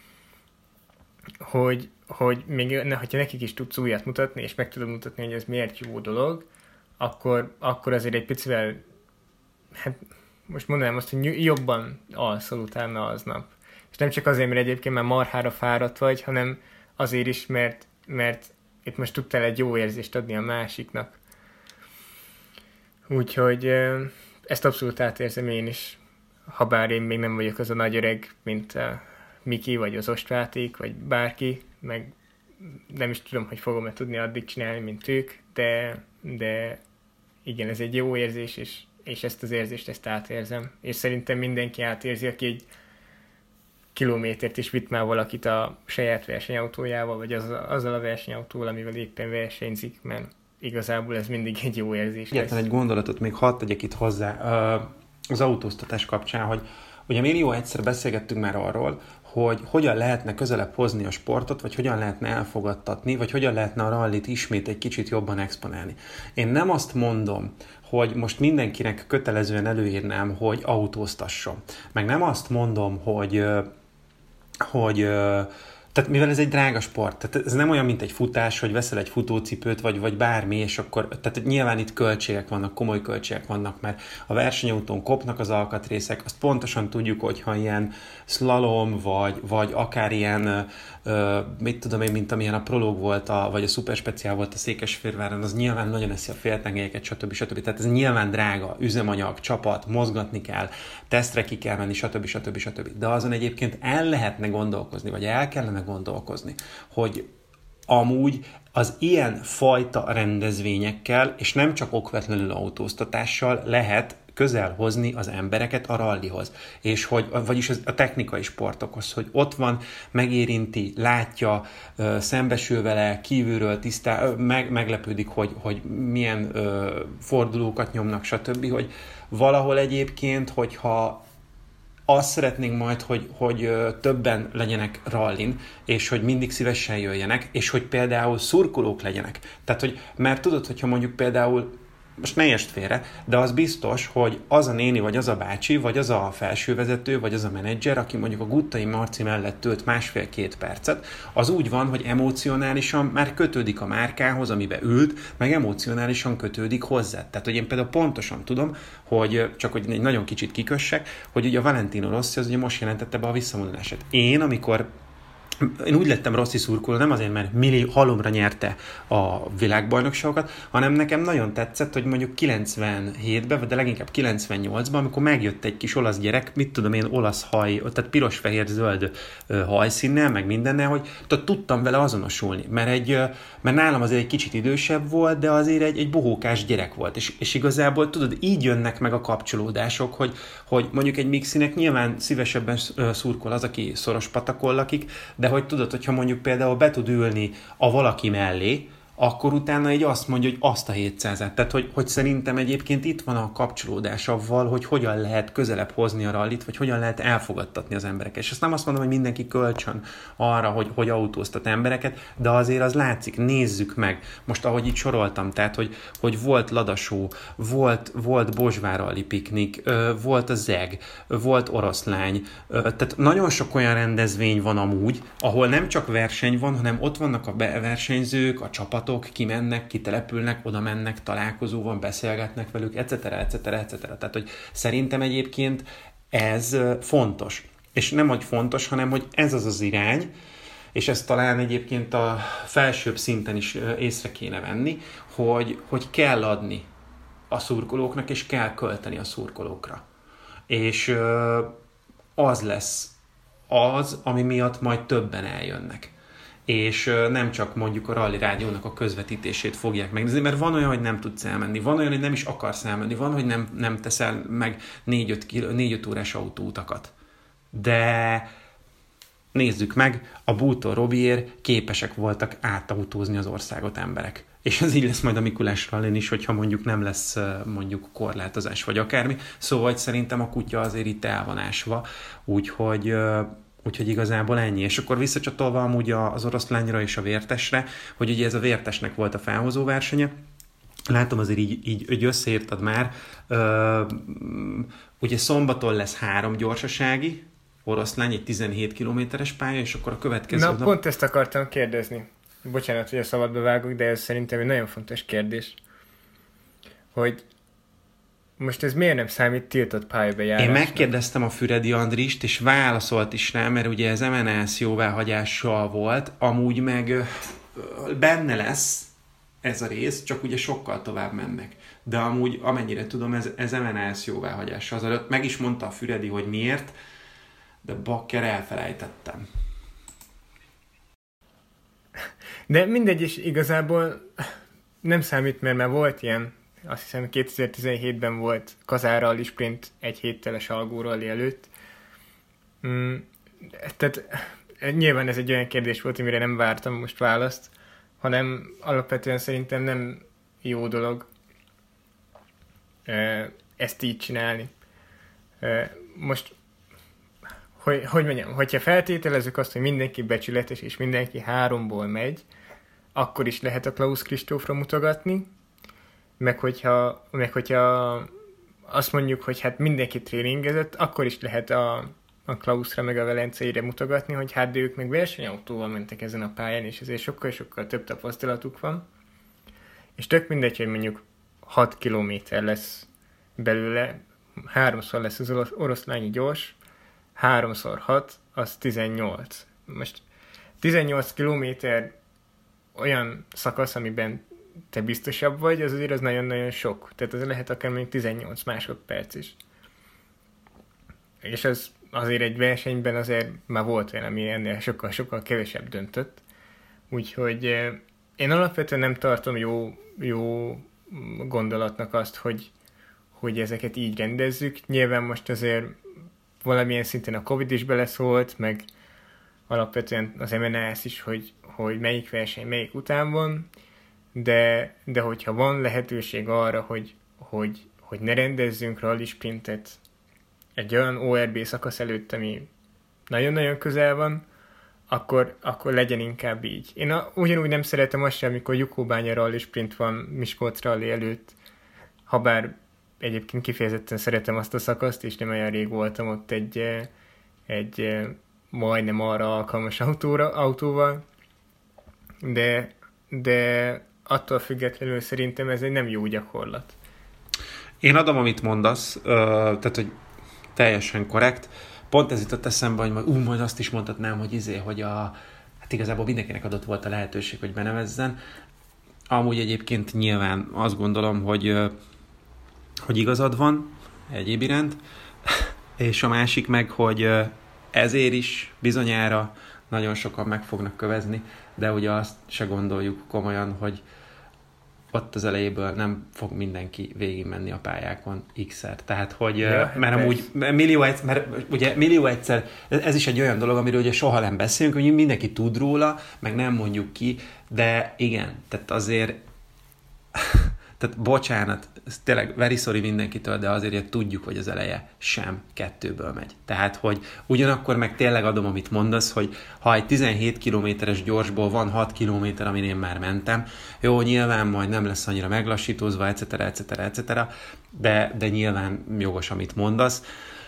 hogy még hogyha nekik is tudsz újat mutatni, és meg tudod mutatni, hogy ez miért jó dolog, akkor azért egy picivel, hát most mondanám azt, hogy jobban alszol utána aznap. És nem csak azért, mert egyébként már marhára fáradt vagy, hanem azért is, mert itt most tudtál egy jó érzést adni a másiknak. Úgyhogy ezt abszolút átérzem én is, habár én még nem vagyok az a nagy öreg, mint a Miki, vagy az Ostráték, vagy bárki, meg nem is tudom, hogy fogom-e tudni addig csinálni, mint ők, de igen, ez egy jó érzés, és ezt az érzést, ezt átérzem. És szerintem mindenki átérzi, aki egy kilométert is vitt már valakit a saját versenyautójával, vagy azzal a versenyautóval, amivel éppen versenyzik, mert igazából ez mindig egy jó érzés. Egyetlen egy gondolatot még hadd tegyek itt hozzá az autóztatás kapcsán, hogy ugye millió egyszer beszélgettünk már arról, hogy hogyan lehetne közelebb hozni a sportot, vagy hogyan lehetne elfogadtatni, vagy hogyan lehetne a rallit ismét egy kicsit jobban exponálni. Én nem azt mondom, hogy most mindenkinek kötelezően előírnám, hogy autóztasson. Meg nem azt mondom, hogy tehát mivel ez egy drága sport, tehát ez nem olyan, mint egy futás, hogy veszel egy futócipőt, vagy bármi, és akkor, tehát nyilván itt költségek vannak, komoly költségek vannak, mert a versenyautón kopnak az alkatrészek, azt pontosan tudjuk, hogyha ilyen slalom, vagy akár ilyen, mit tudom én, mint amilyen a prológ volt, vagy a szuperspeciál volt a Székesfehérváron, az nyilván nagyon eszi a féltengelyeket, stb. Tehát ez nyilván drága, üzemanyag, csapat, mozgatni kell, tesztre ki kell menni, stb. De azon egyébként el lehetne gondolkozni, vagy el kellene gondolkozni, hogy amúgy az ilyen fajta rendezvényekkel, és nem csak okvetlenül autóztatással lehet közel hozni az embereket a rallihoz, és vagyis a technikai sportokhoz, hogy ott van, megérinti, látja, szembesül vele, kívülről meglepődik, hogy milyen fordulókat nyomnak, stb., hogy valahol egyébként, hogyha azt szeretnénk majd, hogy többen legyenek rallin, és hogy mindig szívesen jöjjenek, és hogy például szurkolók legyenek. Tehát, mert tudod, hogyha mondjuk például, most ne értsd félre, de az biztos, hogy az a néni, vagy az a bácsi, vagy az a felsővezető, vagy az a menedzser, aki mondjuk a Guttai Marci mellett tölt 1,5-2 percet, az úgy van, hogy emocionálisan már kötődik a márkához, amiben ült, meg emocionálisan kötődik hozzá. Tehát, hogy én például pontosan tudom, hogy csak hogy egy nagyon kicsit kikössek, hogy ugye a Valentino Rossi az ugye most jelentette be a visszavonulását. Én úgy lettem Rossi szurkoló, nem azért, mert halomra nyerte a világbajnokságokat, hanem nekem nagyon tetszett, hogy mondjuk 97-ben, de leginkább 98-ban, amikor megjött egy kis olasz gyerek, mit tudom én, olasz haj, tehát piros-fehér-zöld hajszínnel, meg mindennel, hogy tudtam vele azonosulni, mert nálam azért egy kicsit idősebb volt, de azért egy bohókás gyerek volt, és igazából tudod, így jönnek meg a kapcsolódások, hogy mondjuk egy Mixinek nyilván szívesebben szurkol az, aki szoros patakon lakik, de hogy tudod, hogyha mondjuk például be tud ülni a valaki mellé, akkor utána így azt mondja, hogy azt a 700-at. Tehát, hogy szerintem egyébként itt van a kapcsolódás avval, hogy hogyan lehet közelebb hozni a rallit, vagy hogyan lehet elfogadtatni az embereket. És ezt nem azt mondom, hogy mindenki kölcsön arra, hogy autóztat embereket, de azért az látszik, nézzük meg. Most, ahogy itt soroltam, tehát, hogy volt Ladasó, volt Bozsvár ralli piknik, volt a ZEG, volt Oroszlány, tehát nagyon sok olyan rendezvény van amúgy, ahol nem csak verseny van, hanem ott vannak a versenyzők, a csapatok, kimennek, kitelepülnek, oda mennek, találkozó van, beszélgetnek velük, etc. Tehát, hogy szerintem egyébként ez fontos. És nem, hogy fontos, hanem, hogy ez az irány, és ezt talán egyébként a felsőbb szinten is észre kéne venni, hogy kell adni a szurkolóknak, és kell költeni a szurkolókra. És az lesz az, ami miatt majd többen eljönnek. És nem csak mondjuk a Rally Rádiónak a közvetítését fogják megnézni, mert van olyan, hogy nem tudsz elmenni, van olyan, hogy nem is akarsz elmenni, van, hogy nem teszel meg 4-5 órás autóutakat. De nézzük meg, a Bútor Robiért képesek voltak átautózni az országot emberek. És ez így lesz majd a Mikulás rallin is, hogyha mondjuk nem lesz mondjuk korlátozás vagy akármi. Szóval szerintem a kutya azért itt el van ásva, úgyhogy igazából ennyi. És akkor visszacsatolva amúgy az oroszlányra és a vértesre, hogy ugye ez a vértesnek volt a felhozó versenye. Látom azért így összeírtad már. Ugye szombaton lesz 3 gyorsasági, oroszlány, egy 17 kilométeres pálya, és akkor a következő nap... pont ezt akartam kérdezni. Bocsánat, hogy a szabadba vágok, de ez szerintem egy nagyon fontos kérdés. Hogy most ez miért nem számít tiltott pályabejárásnak? Én megkérdeztem a Füredi Andrist, és válaszolt is rá, mert ugye ez MNS jóváhagyással volt, amúgy meg benne lesz ez a rész, csak ugye sokkal tovább mennek. De amúgy, amennyire tudom, ez MNS jóváhagyással. Azelőtt meg is mondta a Füredi, hogy miért, de bakker elfelejtettem. De mindegy is igazából nem számít, mert már volt ilyen, azt hiszem 2017-ben volt Kazár Rally Sprint egy héttel a Salgó Rally előtt. Tehát nyilván ez egy olyan kérdés volt, amire nem vártam most választ, hanem alapvetően szerintem nem jó dolog ezt így csinálni. Most, hogy mondjam, hogyha feltételezzük azt, hogy mindenki becsületes és mindenki 3-ból megy, akkor is lehet a Klaus Kristófra mutogatni, meg hogyha azt mondjuk, hogy hát mindenki tréningezett, akkor is lehet a Klausra meg a Velenceire mutogatni, hogy hát de ők meg versenyautóval mentek ezen a pályán, és ezért sokkal-sokkal több tapasztalatuk van. És tök mindegy, hogy mondjuk 6 kilométer lesz belőle, 3-szor lesz az oroszlányi gyors, 3x6, az 18. Most 18 kilométer olyan szakasz, amiben te biztosabb vagy, az azért az nagyon-nagyon sok. Tehát az lehet akár mondjuk 18 másodperc is. És az azért egy versenyben azért már volt olyan, ami ennél sokkal kevesebb döntött. Úgyhogy én alapvetően nem tartom jó gondolatnak azt, hogy ezeket így rendezzük. Nyilván most azért valamilyen szinten a Covid is beleszólt, meg alapvetően az MNS is, hogy melyik verseny melyik után van, de hogyha van lehetőség arra, hogy ne rendezzünk rally sprintet egy olyan ORB szakasz előtt, ami nagyon-nagyon közel van, akkor legyen inkább így. Én ugyanúgy nem szeretem azt sem, amikor Jukóbánya rally sprint van Miskolc rally előtt, habár egyébként kifejezetten szeretem azt a szakaszt, és nem olyan rég voltam ott egy majdnem arra alkalmas autóval, de attól függetlenül szerintem ez egy nem jó gyakorlat. Én adom, amit mondasz, tehát, hogy teljesen korrekt. Pont ez jutott eszembe, hogy majd azt is mondhatnám, hogy hát igazából mindenkinek adott volt a lehetőség, hogy benevezzen. Amúgy egyébként nyilván azt gondolom, hogy igazad van egyéb iránt, és a másik meg, hogy ezért is bizonyára nagyon sokan meg fognak kövezni, de ugye azt se gondoljuk komolyan, hogy ott az elejéből nem fog mindenki végigmenni a pályákon x-szer. Tehát, hogy mert amúgy millió egyszer, ez is egy olyan dolog, amiről ugye soha nem beszélünk, hogy mindenki tud róla, meg nem mondjuk ki, de igen, tehát azért tehát bocsánat, ez tényleg very sorry mindenkitől, de azért tudjuk, hogy az eleje sem 2-ből megy. Tehát, hogy ugyanakkor meg tényleg adom, amit mondasz, hogy ha egy 17 kilométeres gyorsból van 6 kilométer, amin én már mentem, jó, nyilván majd nem lesz annyira meglassítózva, etc., de nyilván jogos, amit mondasz.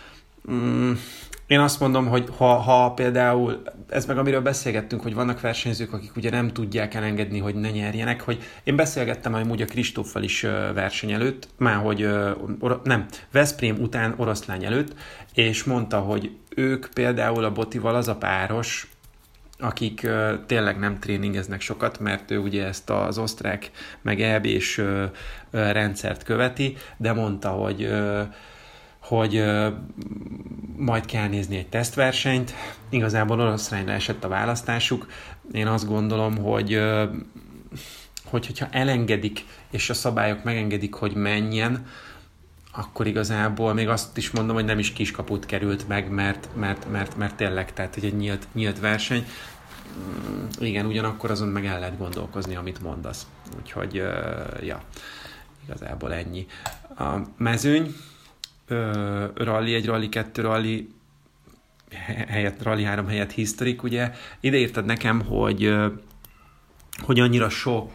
Én azt mondom, hogy ha például, ez meg amiről beszélgettünk, hogy vannak versenyzők, akik ugye nem tudják elengedni, hogy ne nyerjenek, hogy én beszélgettem amúgy a Kristóffal is verseny előtt, Veszprém után oroszlány előtt, és mondta, hogy ők például a Botival az a páros, akik tényleg nem tréningeznek sokat, mert ő ugye ezt az osztrák meg EB-s rendszert követi, de mondta, hogy majd kell nézni egy tesztversenyt. Igazából oroszlányra esett a választásuk. Én azt gondolom, hogyha elengedik, és a szabályok megengedik, hogy menjen, akkor igazából még azt is mondom, hogy nem is kiskaput került meg, mert tényleg, tehát hogy egy nyílt verseny. Igen, ugyanakkor azon meg el lehet gondolkozni, amit mondasz. Úgyhogy, ja, igazából ennyi. A mezőny, rally 1, rally 2, rally helyett, rally 3 helyett historik, ugye. Ide írtad nekem, hogy annyira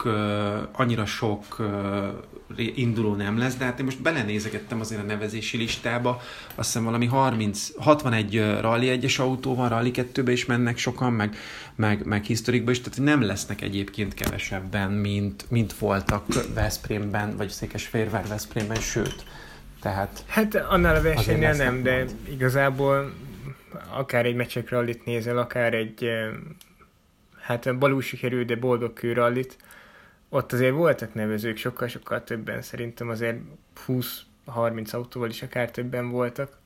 sok induló nem lesz, de hát én most belenézegettem azért a nevezési listába, azt hiszem valami 61 Rally 1-es autó van, Rally 2-be is mennek sokan, meg historikba is, tehát nem lesznek egyébként kevesebben, mint voltak Veszprémben, vagy Székesfehérvár Veszprémben, sőt. Tehát hát annál a versenynél nem, de igazából akár egy meccsek rallit nézel, akár egy hát balul sikerül, de boldog kő rallit, ott azért voltak nevezők, sokkal-sokkal többen, szerintem azért 20-30 autóval is akár többen voltak.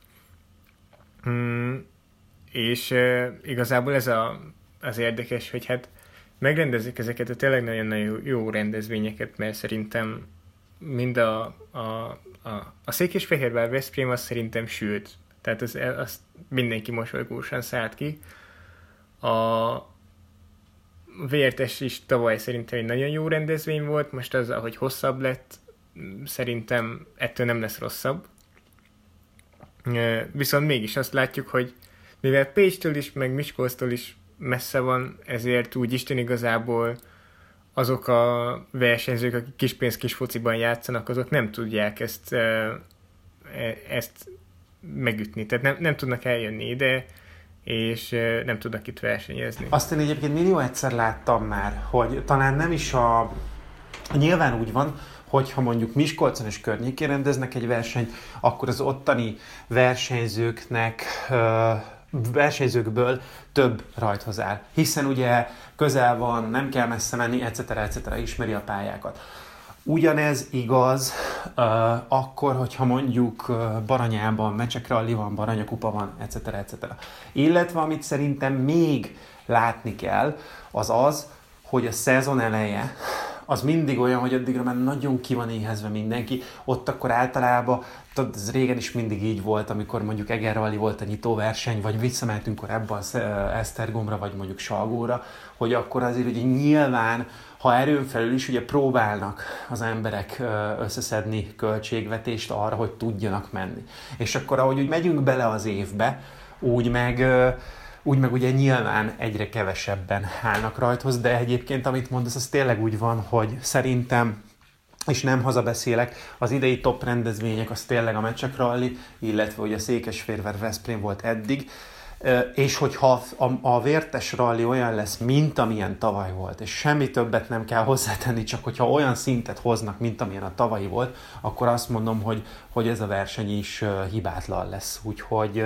És igazából ez az érdekes, hogy hát megrendezik ezeket a tényleg nagyon-nagyon jó rendezvényeket, mert szerintem mind a Székesfehérvár Veszprém az szerintem sült. Tehát az mindenki mosolygósan szállt ki. A VRTS is tavaly szerintem egy nagyon jó rendezvény volt, most az, ahogy hosszabb lett, szerintem ettől nem lesz rosszabb. Viszont mégis azt látjuk, hogy mivel Pécstől is, meg Miskolctól is messze van, ezért úgy Isten igazából azok a versenyzők, akik kispénz kis fociban játszanak, azok nem tudják ezt megütni. Tehát nem tudnak eljönni ide, és nem tudnak itt versenyezni. Azt én egyébként millió egyszer láttam már, hogy talán nem is nyilván úgy van, hogyha mondjuk Miskolcon és környékén rendeznek egy versenyt, akkor az ottani versenyzőkből több rajthoz áll. Hiszen ugye közel van, nem kell messze menni, etc. ismeri a pályákat. Ugyanez igaz akkor, hogyha mondjuk Baranyában Mecsek Rally van, Baranyakupa van, etc. Illetve amit szerintem még látni kell, az, hogy a szezon eleje az mindig olyan, hogy addigra már nagyon ki van éhezve mindenki. Ott akkor általában, tudod, ez régen is mindig így volt, amikor mondjuk Eger Rally volt a nyitóverseny, vagy visszamehetünk korábban Esztergomra, vagy mondjuk Salgóra, hogy akkor azért ugye nyilván, ha erőn felül is ugye próbálnak az emberek összeszedni költségvetést arra, hogy tudjanak menni. És akkor ahogy úgy megyünk bele az évbe, úgy meg ugye nyilván egyre kevesebben állnak rajthoz, de egyébként amit mondasz, az tényleg úgy van, hogy szerintem, és nem hazabeszélek, az idei top rendezvények az tényleg a Mecsek Rally, illetve ugye a Székesfehérvár Veszprém volt eddig, és hogyha a Vértes Rally olyan lesz, mint amilyen tavaly volt, és semmi többet nem kell hozzátenni, csak hogyha olyan szintet hoznak, mint amilyen a tavalyi volt, akkor azt mondom, hogy ez a verseny is hibátlan lesz. Úgyhogy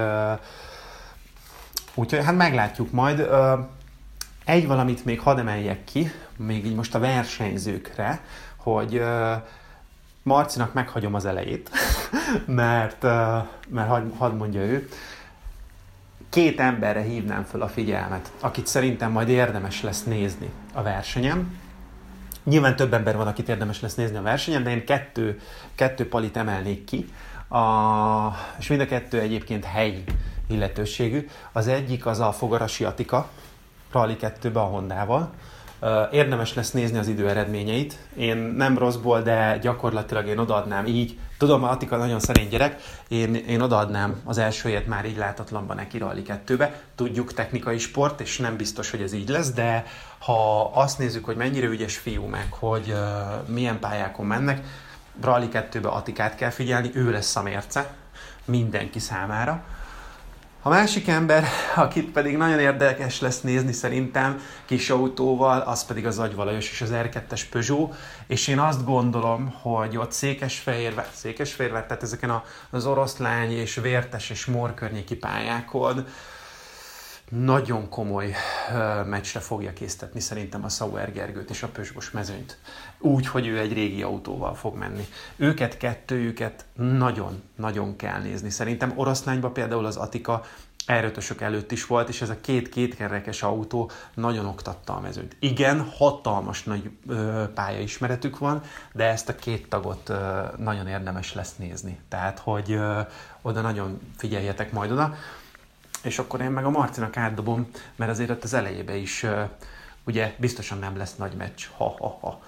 hát meglátjuk majd. Egy valamit még hadd emeljek ki, még így most a versenyzőkre, hogy Marcinak meghagyom az elejét, mert hadd mondja ő. 2 emberre hívnám föl a figyelmet, akit szerintem majd érdemes lesz nézni a versenyen. Nyilván több ember van, akit érdemes lesz nézni a versenyen, de én kettő palit emelnék ki, és mind a kettő egyébként helyi illetőségű. Az egyik az a Fogarasi Attika, Rally 2-be a Hondával. Érdemes lesz nézni az idő eredményeit. Én nem rosszból, de gyakorlatilag én odaadnám így. Tudom, Attika nagyon szerény gyerek, én odaadnám az első helyet már így látatlanban neki Rally 2-be. Tudjuk, technikai sport, és nem biztos, hogy ez így lesz, de ha azt nézzük, hogy mennyire ügyes fiú meg, hogy milyen pályákon mennek, Rally 2-be Attikát kell figyelni, ő lesz a mérce mindenki számára. A másik ember, akit pedig nagyon érdekes lesz nézni szerintem kis autóval, az pedig az Agyva Lajos és az R2-es Peugeot, és én azt gondolom, hogy ott Székesfehérvár, tehát ezeken az Oroszlány és Vértes és Mór környéki pályákon nagyon komoly meccsre fogja késztetni szerintem a Sauer Gergőt és a Pösgos Mezőnyt. Úgy, hogy ő egy régi autóval fog menni. Őket, kettőjüket nagyon-nagyon kell nézni. Szerintem Oroszlányban például az Atika R5-ösök előtt is volt, és ez a két kétkerekes autó nagyon oktatta a mezőnyt. Igen, hatalmas nagy pályaismeretük van, de ezt a két tagot nagyon érdemes lesz nézni. Tehát, hogy oda nagyon figyeljetek majd oda. És akkor én meg a Marcinak átdobom, mert azért ott az elejébe is ugye biztosan nem lesz nagy meccs. Ha.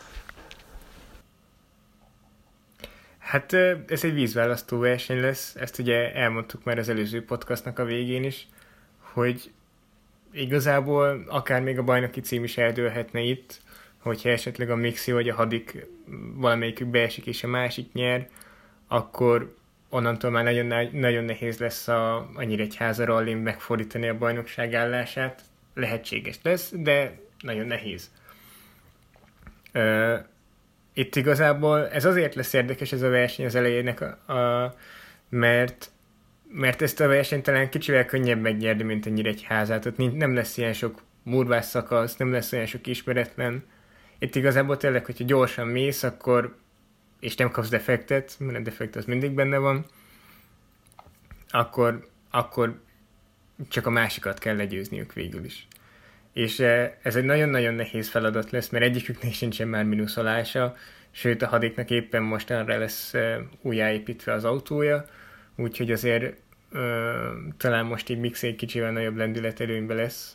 Hát ez egy vízválasztó verseny lesz, ezt ugye elmondtuk már az előző podcastnak a végén is, hogy igazából akár még a bajnoki cím is eldőlhetne itt, hogyha esetleg a Mixi vagy a Hadik valamelyikük beesik és a másik nyer, akkor onnantól már nagyon nehéz lesz a Nyíregyháza rallin megfordítani a bajnokság állását. Lehetséges lesz, de nagyon nehéz. Itt igazából ez azért lesz érdekes ez a verseny az elejének, mert ezt a versenyt talán kicsivel könnyebb megnyerni, mint a Nyíregyházát. Ott nem lesz ilyen sok murvás szakasz, nem lesz olyan sok ismeretlen. Itt igazából tényleg, hogyha gyorsan mész, akkor és nem kapsz defektet, mert a defekt az mindig benne van, akkor csak a másikat kell legyőzniük végül is. És ez egy nagyon-nagyon nehéz feladat lesz, mert egyiküknek sincsen már mínuszolása, sőt a Hadiknak éppen mostanra lesz újjáépítve az autója, úgyhogy azért talán most így Mixi egy kicsivel nagyobb lendületelőnybe lesz,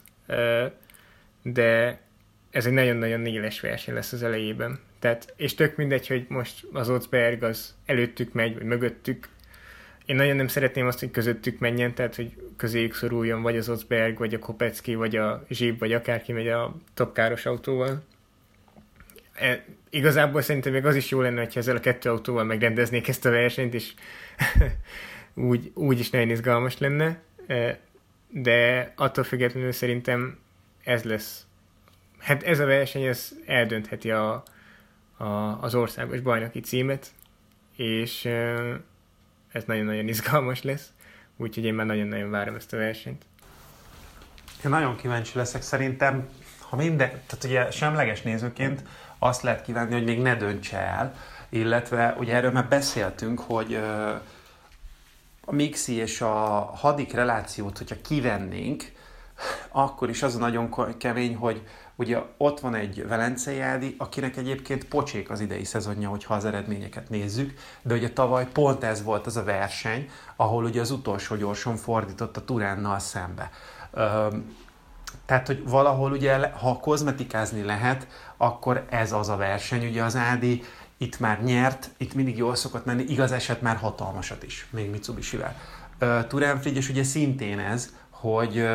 de ez egy nagyon-nagyon éles verseny lesz az elejében. Tehát, és tök mindegy, hogy most az Ocberg az előttük megy, vagy mögöttük. Én nagyon nem szeretném azt, hogy közöttük menjen, tehát, hogy közéjük szoruljon vagy az Ocberg, vagy a Kopecki, vagy a Zsib, vagy akárki megy a topkáros autóval. Igazából szerintem még az is jó lenne, hogyha ezzel a kettő autóval megrendeznék ezt a versenyt, és úgy is nagyon izgalmas lenne, de attól függetlenül szerintem ez lesz. Hát ez a verseny, ez eldöntheti az országos bajnoki címet, és ez nagyon-nagyon izgalmas lesz, úgyhogy én már nagyon-nagyon várom ezt a versenyt. Én nagyon kíváncsi leszek szerintem, tehát ugye semleges nézőként azt lehet kívánni, hogy még ne döntse el, illetve ugye erről már beszéltünk, hogy a Mixi és a Hadik relációt, hogyha kivennénk, akkor is az a nagyon kemény, hogy ugye ott van egy Velencei Ádi, akinek egyébként pocsék az idei szezonja, hogyha az eredményeket nézzük, de ugye tavaly pont ez volt az a verseny, ahol ugye az utolsó gyorson fordított a Turánnal szembe. Tehát, hogy valahol ugye, ha kozmetikázni lehet, akkor ez az a verseny. Ugye az Ádi itt már nyert, itt mindig jól szokott menni, igaz eset már hatalmasat is, még Mitsubishi-vel. Turán Frigyes ugye szintén ez, hogy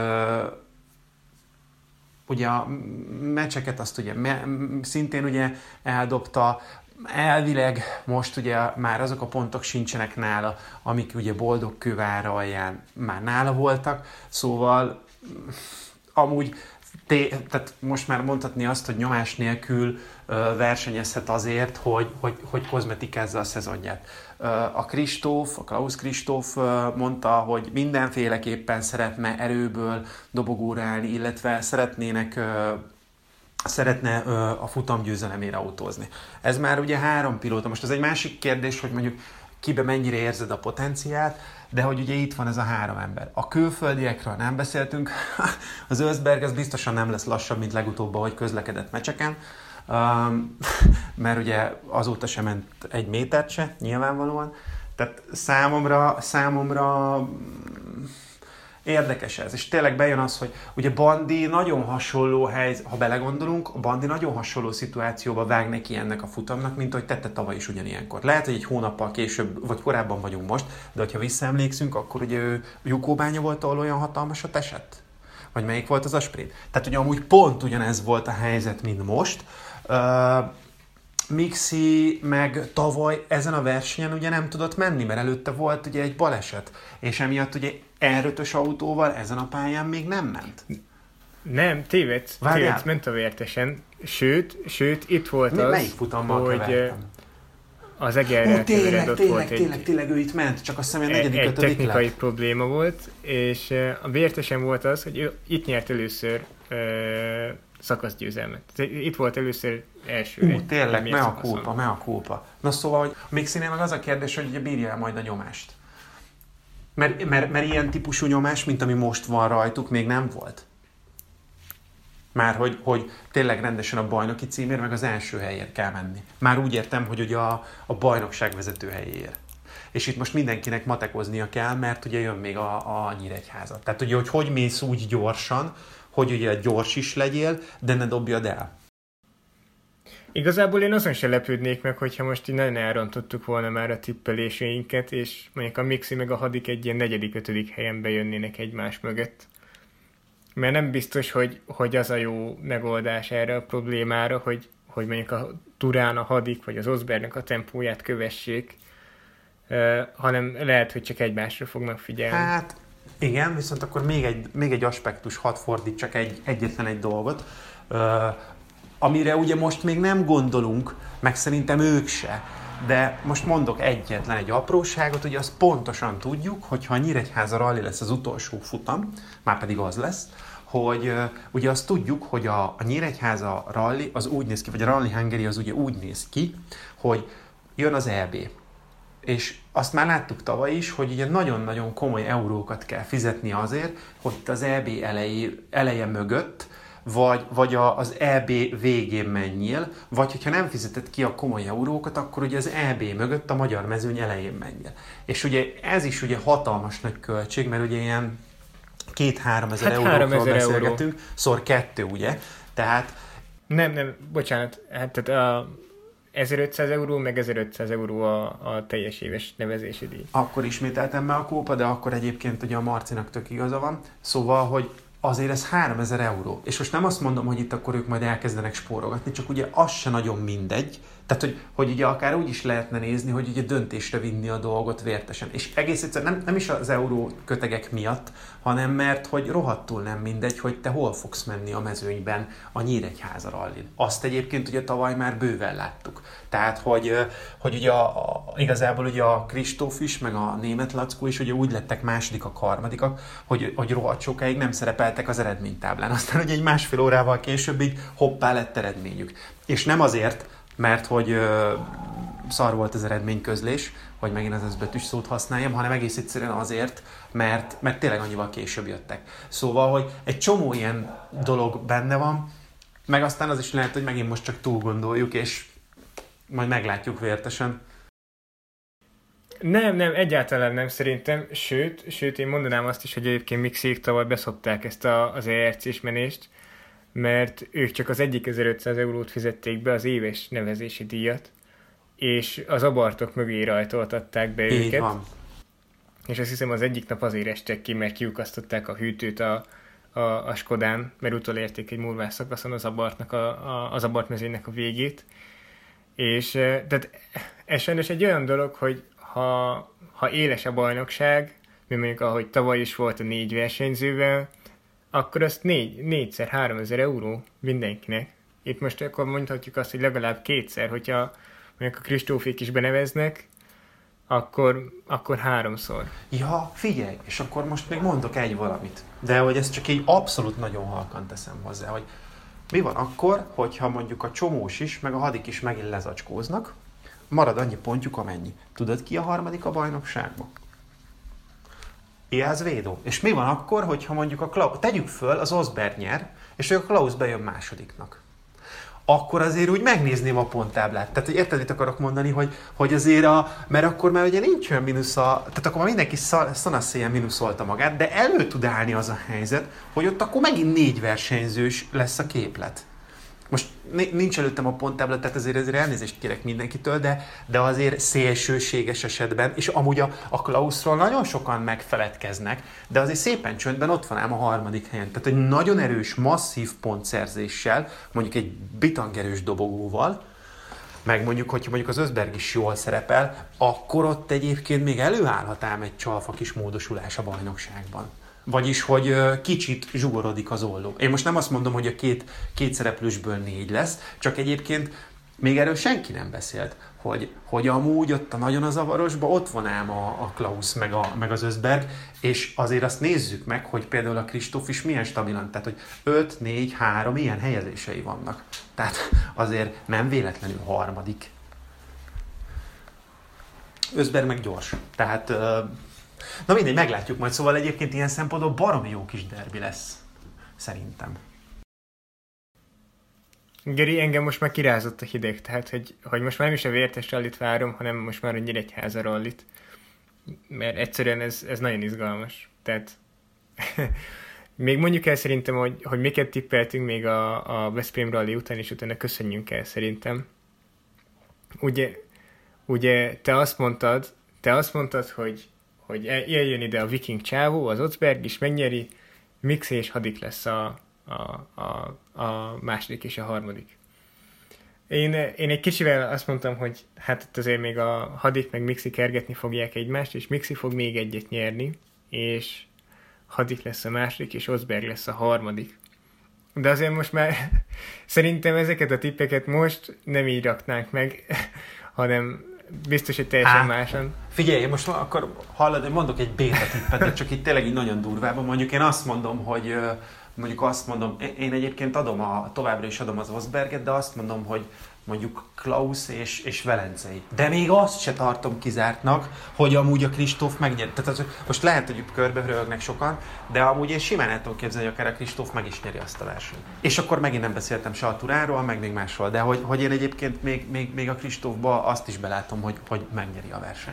ugye a meccseket azt ugye szintén ugye eldobta, elvileg most ugye már azok a pontok sincsenek nála, amik ugye Boldogkővár alján már nála voltak, szóval amúgy tehát most már mondhatni azt, hogy nyomás nélkül versenyezhet azért, hogy kozmetikázza a szezonját. A Klaus Kristóf mondta, hogy mindenféleképpen szeretne erőből dobogóra állni, illetve szeretne a futamgyőzelemére autózni. Ez már ugye 3 pilóta. Most ez egy másik kérdés, hogy mondjuk kibe mennyire érzed a potenciált, de hogy ugye itt van ez a 3 ember. A külföldiekről nem beszéltünk, az Özberg az biztosan nem lesz lassabb, mint legutóbb, ahogy közlekedett meccseken, mert ugye azóta sem ment 1 métert se, nyilvánvalóan. Tehát számomra érdekes ez, és tényleg bejön az, hogy ugye Bandi nagyon hasonló helyzet, ha belegondolunk, a Bandi nagyon hasonló szituációba vág neki ennek a futamnak, mint ahogy tette tavaly is ugyanilyenkor. Lehet, hogy egy hónappal később, vagy korábban vagyunk most, de ha visszaemlékszünk, akkor ugye ő Jukóbánya volt, ahol olyan hatalmasat esett? Vagy melyik volt az a sprint? Tehát ugye amúgy pont ugyanez volt a helyzet, mint most. Mixi meg tavaly ezen a versenyen ugye nem tudott menni, mert előtte volt ugye egy baleset, és emiatt ugye R5-ös autóval ezen a pályán még nem ment. Nem, tévedsz, ment a vértesen. Sőt, itt volt az, melyik futammal hogy az Egerrel kevered, ott volt tényleg, ő itt ment, csak azt hiszem, hogy a negyedik, egy ötödik technikai lett. probléma volt, és a vértesen volt az, hogy ő itt nyert először szakaszgyőzelmet. Itt volt először első. Tényleg, mea culpa. Na szóval, hogy Mixinél meg az a kérdés, hogy ugye bírja el majd a nyomást. Mert ilyen típusú nyomás, mint ami most van rajtuk, még nem volt. Már hogy tényleg rendesen a bajnoki címért, meg az első helyért kell menni. Már úgy értem, hogy ugye a bajnokság vezető helyéért. És itt most mindenkinek matekoznia kell, mert ugye jön még a Nyíregyháza. Tehát ugye, hogy mész úgy gyorsan, hogy ugye gyors is legyél, de ne dobjad el. Igazából én azon sem lepődnék meg, hogyha most így nagyon elrontottuk volna már a tippeléseinket, és mondjuk a Mixi meg a Hadik egy ilyen 4.-5. helyen bejönnének egymás mögött. Mert nem biztos, hogy az a jó megoldás erre a problémára, hogy mondjuk a Turán, a Hadik vagy az Osbergnek a tempóját kövessék, hanem lehet, hogy csak egymásra fognak figyelni. Hát igen, viszont akkor még egy aspektus, hadd fordítsak egyetlen egy dolgot, amire ugye most még nem gondolunk, meg szerintem ők se, de most mondok egyetlen egy apróságot, ugye azt pontosan tudjuk, hogyha a Nyíregyháza rally lesz az utolsó futam, már pedig az lesz, hogy ugye azt tudjuk, hogy a Nyíregyháza rally az úgy néz ki, vagy a Rally Hungary az ugye úgy néz ki, hogy jön az EB. És azt már láttuk tavaly is, hogy ugye nagyon-nagyon komoly eurókat kell fizetni azért, hogy az EB eleje mögött, vagy az EB végén menjél, vagy hogyha nem fizetett ki a komoly eurókat, akkor ugye az EB mögött a magyar mezőny elején menjél. És ugye ez is ugye hatalmas nagy költség, mert ugye ilyen 2-3 ezer eurókról beszélgetünk, szor 2, ugye? Tehát... Nem, bocsánat, hát tehát 1500 euró, meg 1500 euró a teljes éves nevezési díj. Akkor ismételtem meg a kópa, de akkor egyébként ugye a Marcinak tök igaza van. Szóval, hogy azért ez 3000 euró. És most nem azt mondom, hogy itt akkor ők majd elkezdenek spórogatni, csak ugye az se nagyon mindegy. Tehát, hogy ugye akár úgy is lehetne nézni, hogy ugye döntésre vinni a dolgot vértesen. És egész egyszerűen nem is az euró kötegek miatt, hanem mert, hogy rohadtul nem mindegy, hogy te hol fogsz menni a mezőnyben a Nyíregyháza rallin. Azt egyébként ugye tavaly már bőven láttuk. Tehát, hogy ugye igazából ugye a Kristóf is, meg a német Lackó is ugye úgy lettek másodikak, harmadikak, hogy rohadt sokáig nem szerepeltek az eredménytáblán. Aztán ugye egy másfél órával később így hoppá lett eredményük. És nem azért, mert hogy szar volt az eredményközlés, hogy megint az betűs szót használjam, hanem egész egyszerűen azért, mert tényleg annyival később jöttek. Szóval, hogy egy csomó ilyen dolog benne van, meg aztán az is lehet, hogy megint most csak túl gondoljuk, és majd meglátjuk vértesen. Nem, egyáltalán nem szerintem, sőt én mondanám azt is, hogy egyébként Mixiék tavaly beszopták ezt az ERC-s menést, mert ők csak az 1500 eurót fizették be az éves nevezési díjat, és az abartok mögé rajtoltatták be Így őket. van. És azt hiszem az egyik nap azért estek ki, mert kiukasztották a hűtőt a Skodán, mert utolérték egy murvás szakaszon az abartmezőnynek a végét. És tehát ez sajnos egy olyan dolog, hogy ha éles a bajnokság, mint mondjuk ahogy tavaly is volt a 4 versenyzővel, akkor azt 4x-3000 euró mindenkinek. Itt most akkor mondhatjuk azt, hogy legalább 2-szer, hogyha mondjuk a Kristófék is beneveznek, akkor 3-szor. Ja, figyelj, és akkor most még mondok egy valamit. De hogy ezt csak így abszolút nagyon halkan teszem hozzá, hogy mi van akkor, hogyha mondjuk a Csomós is, meg a Hadik is megint lezacskóznak, marad annyi pontjuk, amennyi. Tudod, ki a harmadik a bajnokságban? Iáz Védó. És mi van akkor, hogyha mondjuk tegyük föl, az Osberg nyer, és a Klaus bejön másodiknak. Akkor azért úgy megnézném a ponttáblát. Tehát, hogy érted, mit akarok mondani, hogy azért mert akkor már ugye nincs olyan mínusza, tehát akkor már mindenki szanaszéjjel mínuszolta magát, de elő tud állni az a helyzet, hogy ott akkor megint 4 versenyzős lesz a képlet. Most nincs előttem a ponttábla, tehát azért elnézést kérek mindenkitől, de azért szélsőséges esetben, és amúgy a Klausról nagyon sokan megfeledkeznek, de azért szépen csöndben ott van ám a harmadik helyen. Tehát egy nagyon erős, masszív pontszerzéssel, mondjuk egy bitangerős dobogóval, meg mondjuk, hogyha mondjuk az Özberg is jól szerepel, akkor ott egyébként még előállhat ám egy csalfa kis módosulás a bajnokságban. Vagyis, hogy kicsit zsugorodik az olló. Én most nem azt mondom, hogy a két szereplősből 4 lesz, csak egyébként még erről senki nem beszélt, hogy amúgy ott a nagyon a zavarosba ott van ám a Klaus meg az Ösberg, és azért azt nézzük meg, hogy például a Kristóf is milyen stabilan, tehát hogy 5-4-3 ilyen helyezései vannak. Tehát azért nem véletlenül harmadik. Ösberg meg gyors. Tehát, na mindegy, meglátjuk majd. Szóval egyébként ilyen szempontból baromi jó kis derbi lesz. Szerintem. Geri, engem most már kirázott a hideg, tehát hogy most már nem is a Vértes rallit várom, hanem most már a Nyíregyháza rallit. Mert egyszerűen ez nagyon izgalmas. Tehát még mondjuk el szerintem, hogy miket tippeltünk még a Veszprém rally után, és utána köszönjünk el szerintem. Ugye te azt mondtad, hogy eljön ide a Viking csávó, az Ösberg is megnyeri, Mixi és Hadik lesz a második és a harmadik. Én egy kicsivel azt mondtam, hogy hát itt azért még a Hadik meg Mixi kergetni fogják egymást, és Mixi fog még egyet nyerni, és Hadik lesz a második, és Ösberg lesz a harmadik. De azért most már szerintem ezeket a tippeket most nem így raknánk meg, hanem biztos, hogy teljesen máson. Figyelj, most akkor hallod, hogy mondok egy béta tippet, de csak itt tényleg így nagyon durvában. Mondjuk én azt mondom, hogy én egyébként továbbra is adom az Ösberget, de azt mondom, hogy mondjuk Klaus és Velencei. De még azt se tartom kizártnak, hogy amúgy a Kristóf megnyeri. Tehát most lehet, hogy körbe röhögnek sokan, de amúgy én simán el tudom képzelni, hogy akár a Kristóf meg is nyeri azt a versenyt. És akkor megint nem beszéltem se a Turáról, meg még másról, de hogy én egyébként még a Kristófba azt is belátom, hogy megnyeri a versenyt.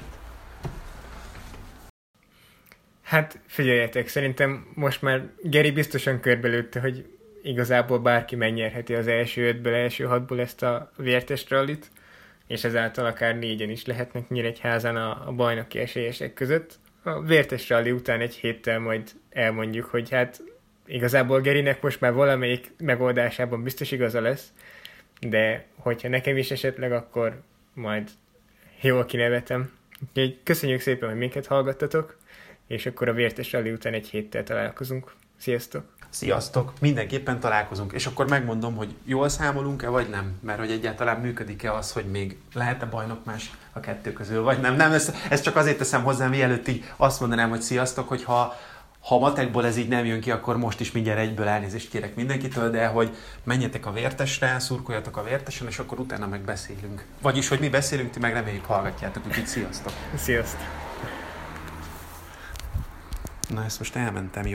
Hát figyeljetek, szerintem most már Geri biztosan körbelőtte, hogy igazából bárki megnyerheti az első 5-ből, első 6-ból ezt a Vértes rallit, és ezáltal akár 4-en is lehetnek Nyíregyházán a bajnoki esélyesek között. A Vértes rally után egy héttel majd elmondjuk, hogy hát igazából Gerinek most már valamelyik megoldásában biztos igaza lesz, de hogyha nekem is esetleg, akkor majd jól kinevetem. Úgyhogy köszönjük szépen, hogy minket hallgattatok, és akkor a Vértes rally után egy héttel találkozunk. Sziasztok! Sziasztok! Mindenképpen találkozunk. És akkor megmondom, hogy jól számolunk-e, vagy nem? Mert hogy egyáltalán működik-e az, hogy még lehet-e bajnok más a kettő közül, vagy nem? Nem, ezt csak azért teszem hozzá, mielőtt így azt mondanám, hogy sziasztok, hogy ha matekból ez így nem jön ki, akkor most is mindjárt egyből elnézést kérek mindenkitől, de hogy menjetek a Vértesre, szurkoljatok a Vértesen, és akkor utána meg beszélünk. Vagyis, hogy mi beszélünk, ti meg reméljük hallgatjátok, úgyhogy sziasztok! Sziasztok! Na, ezt most elmentem.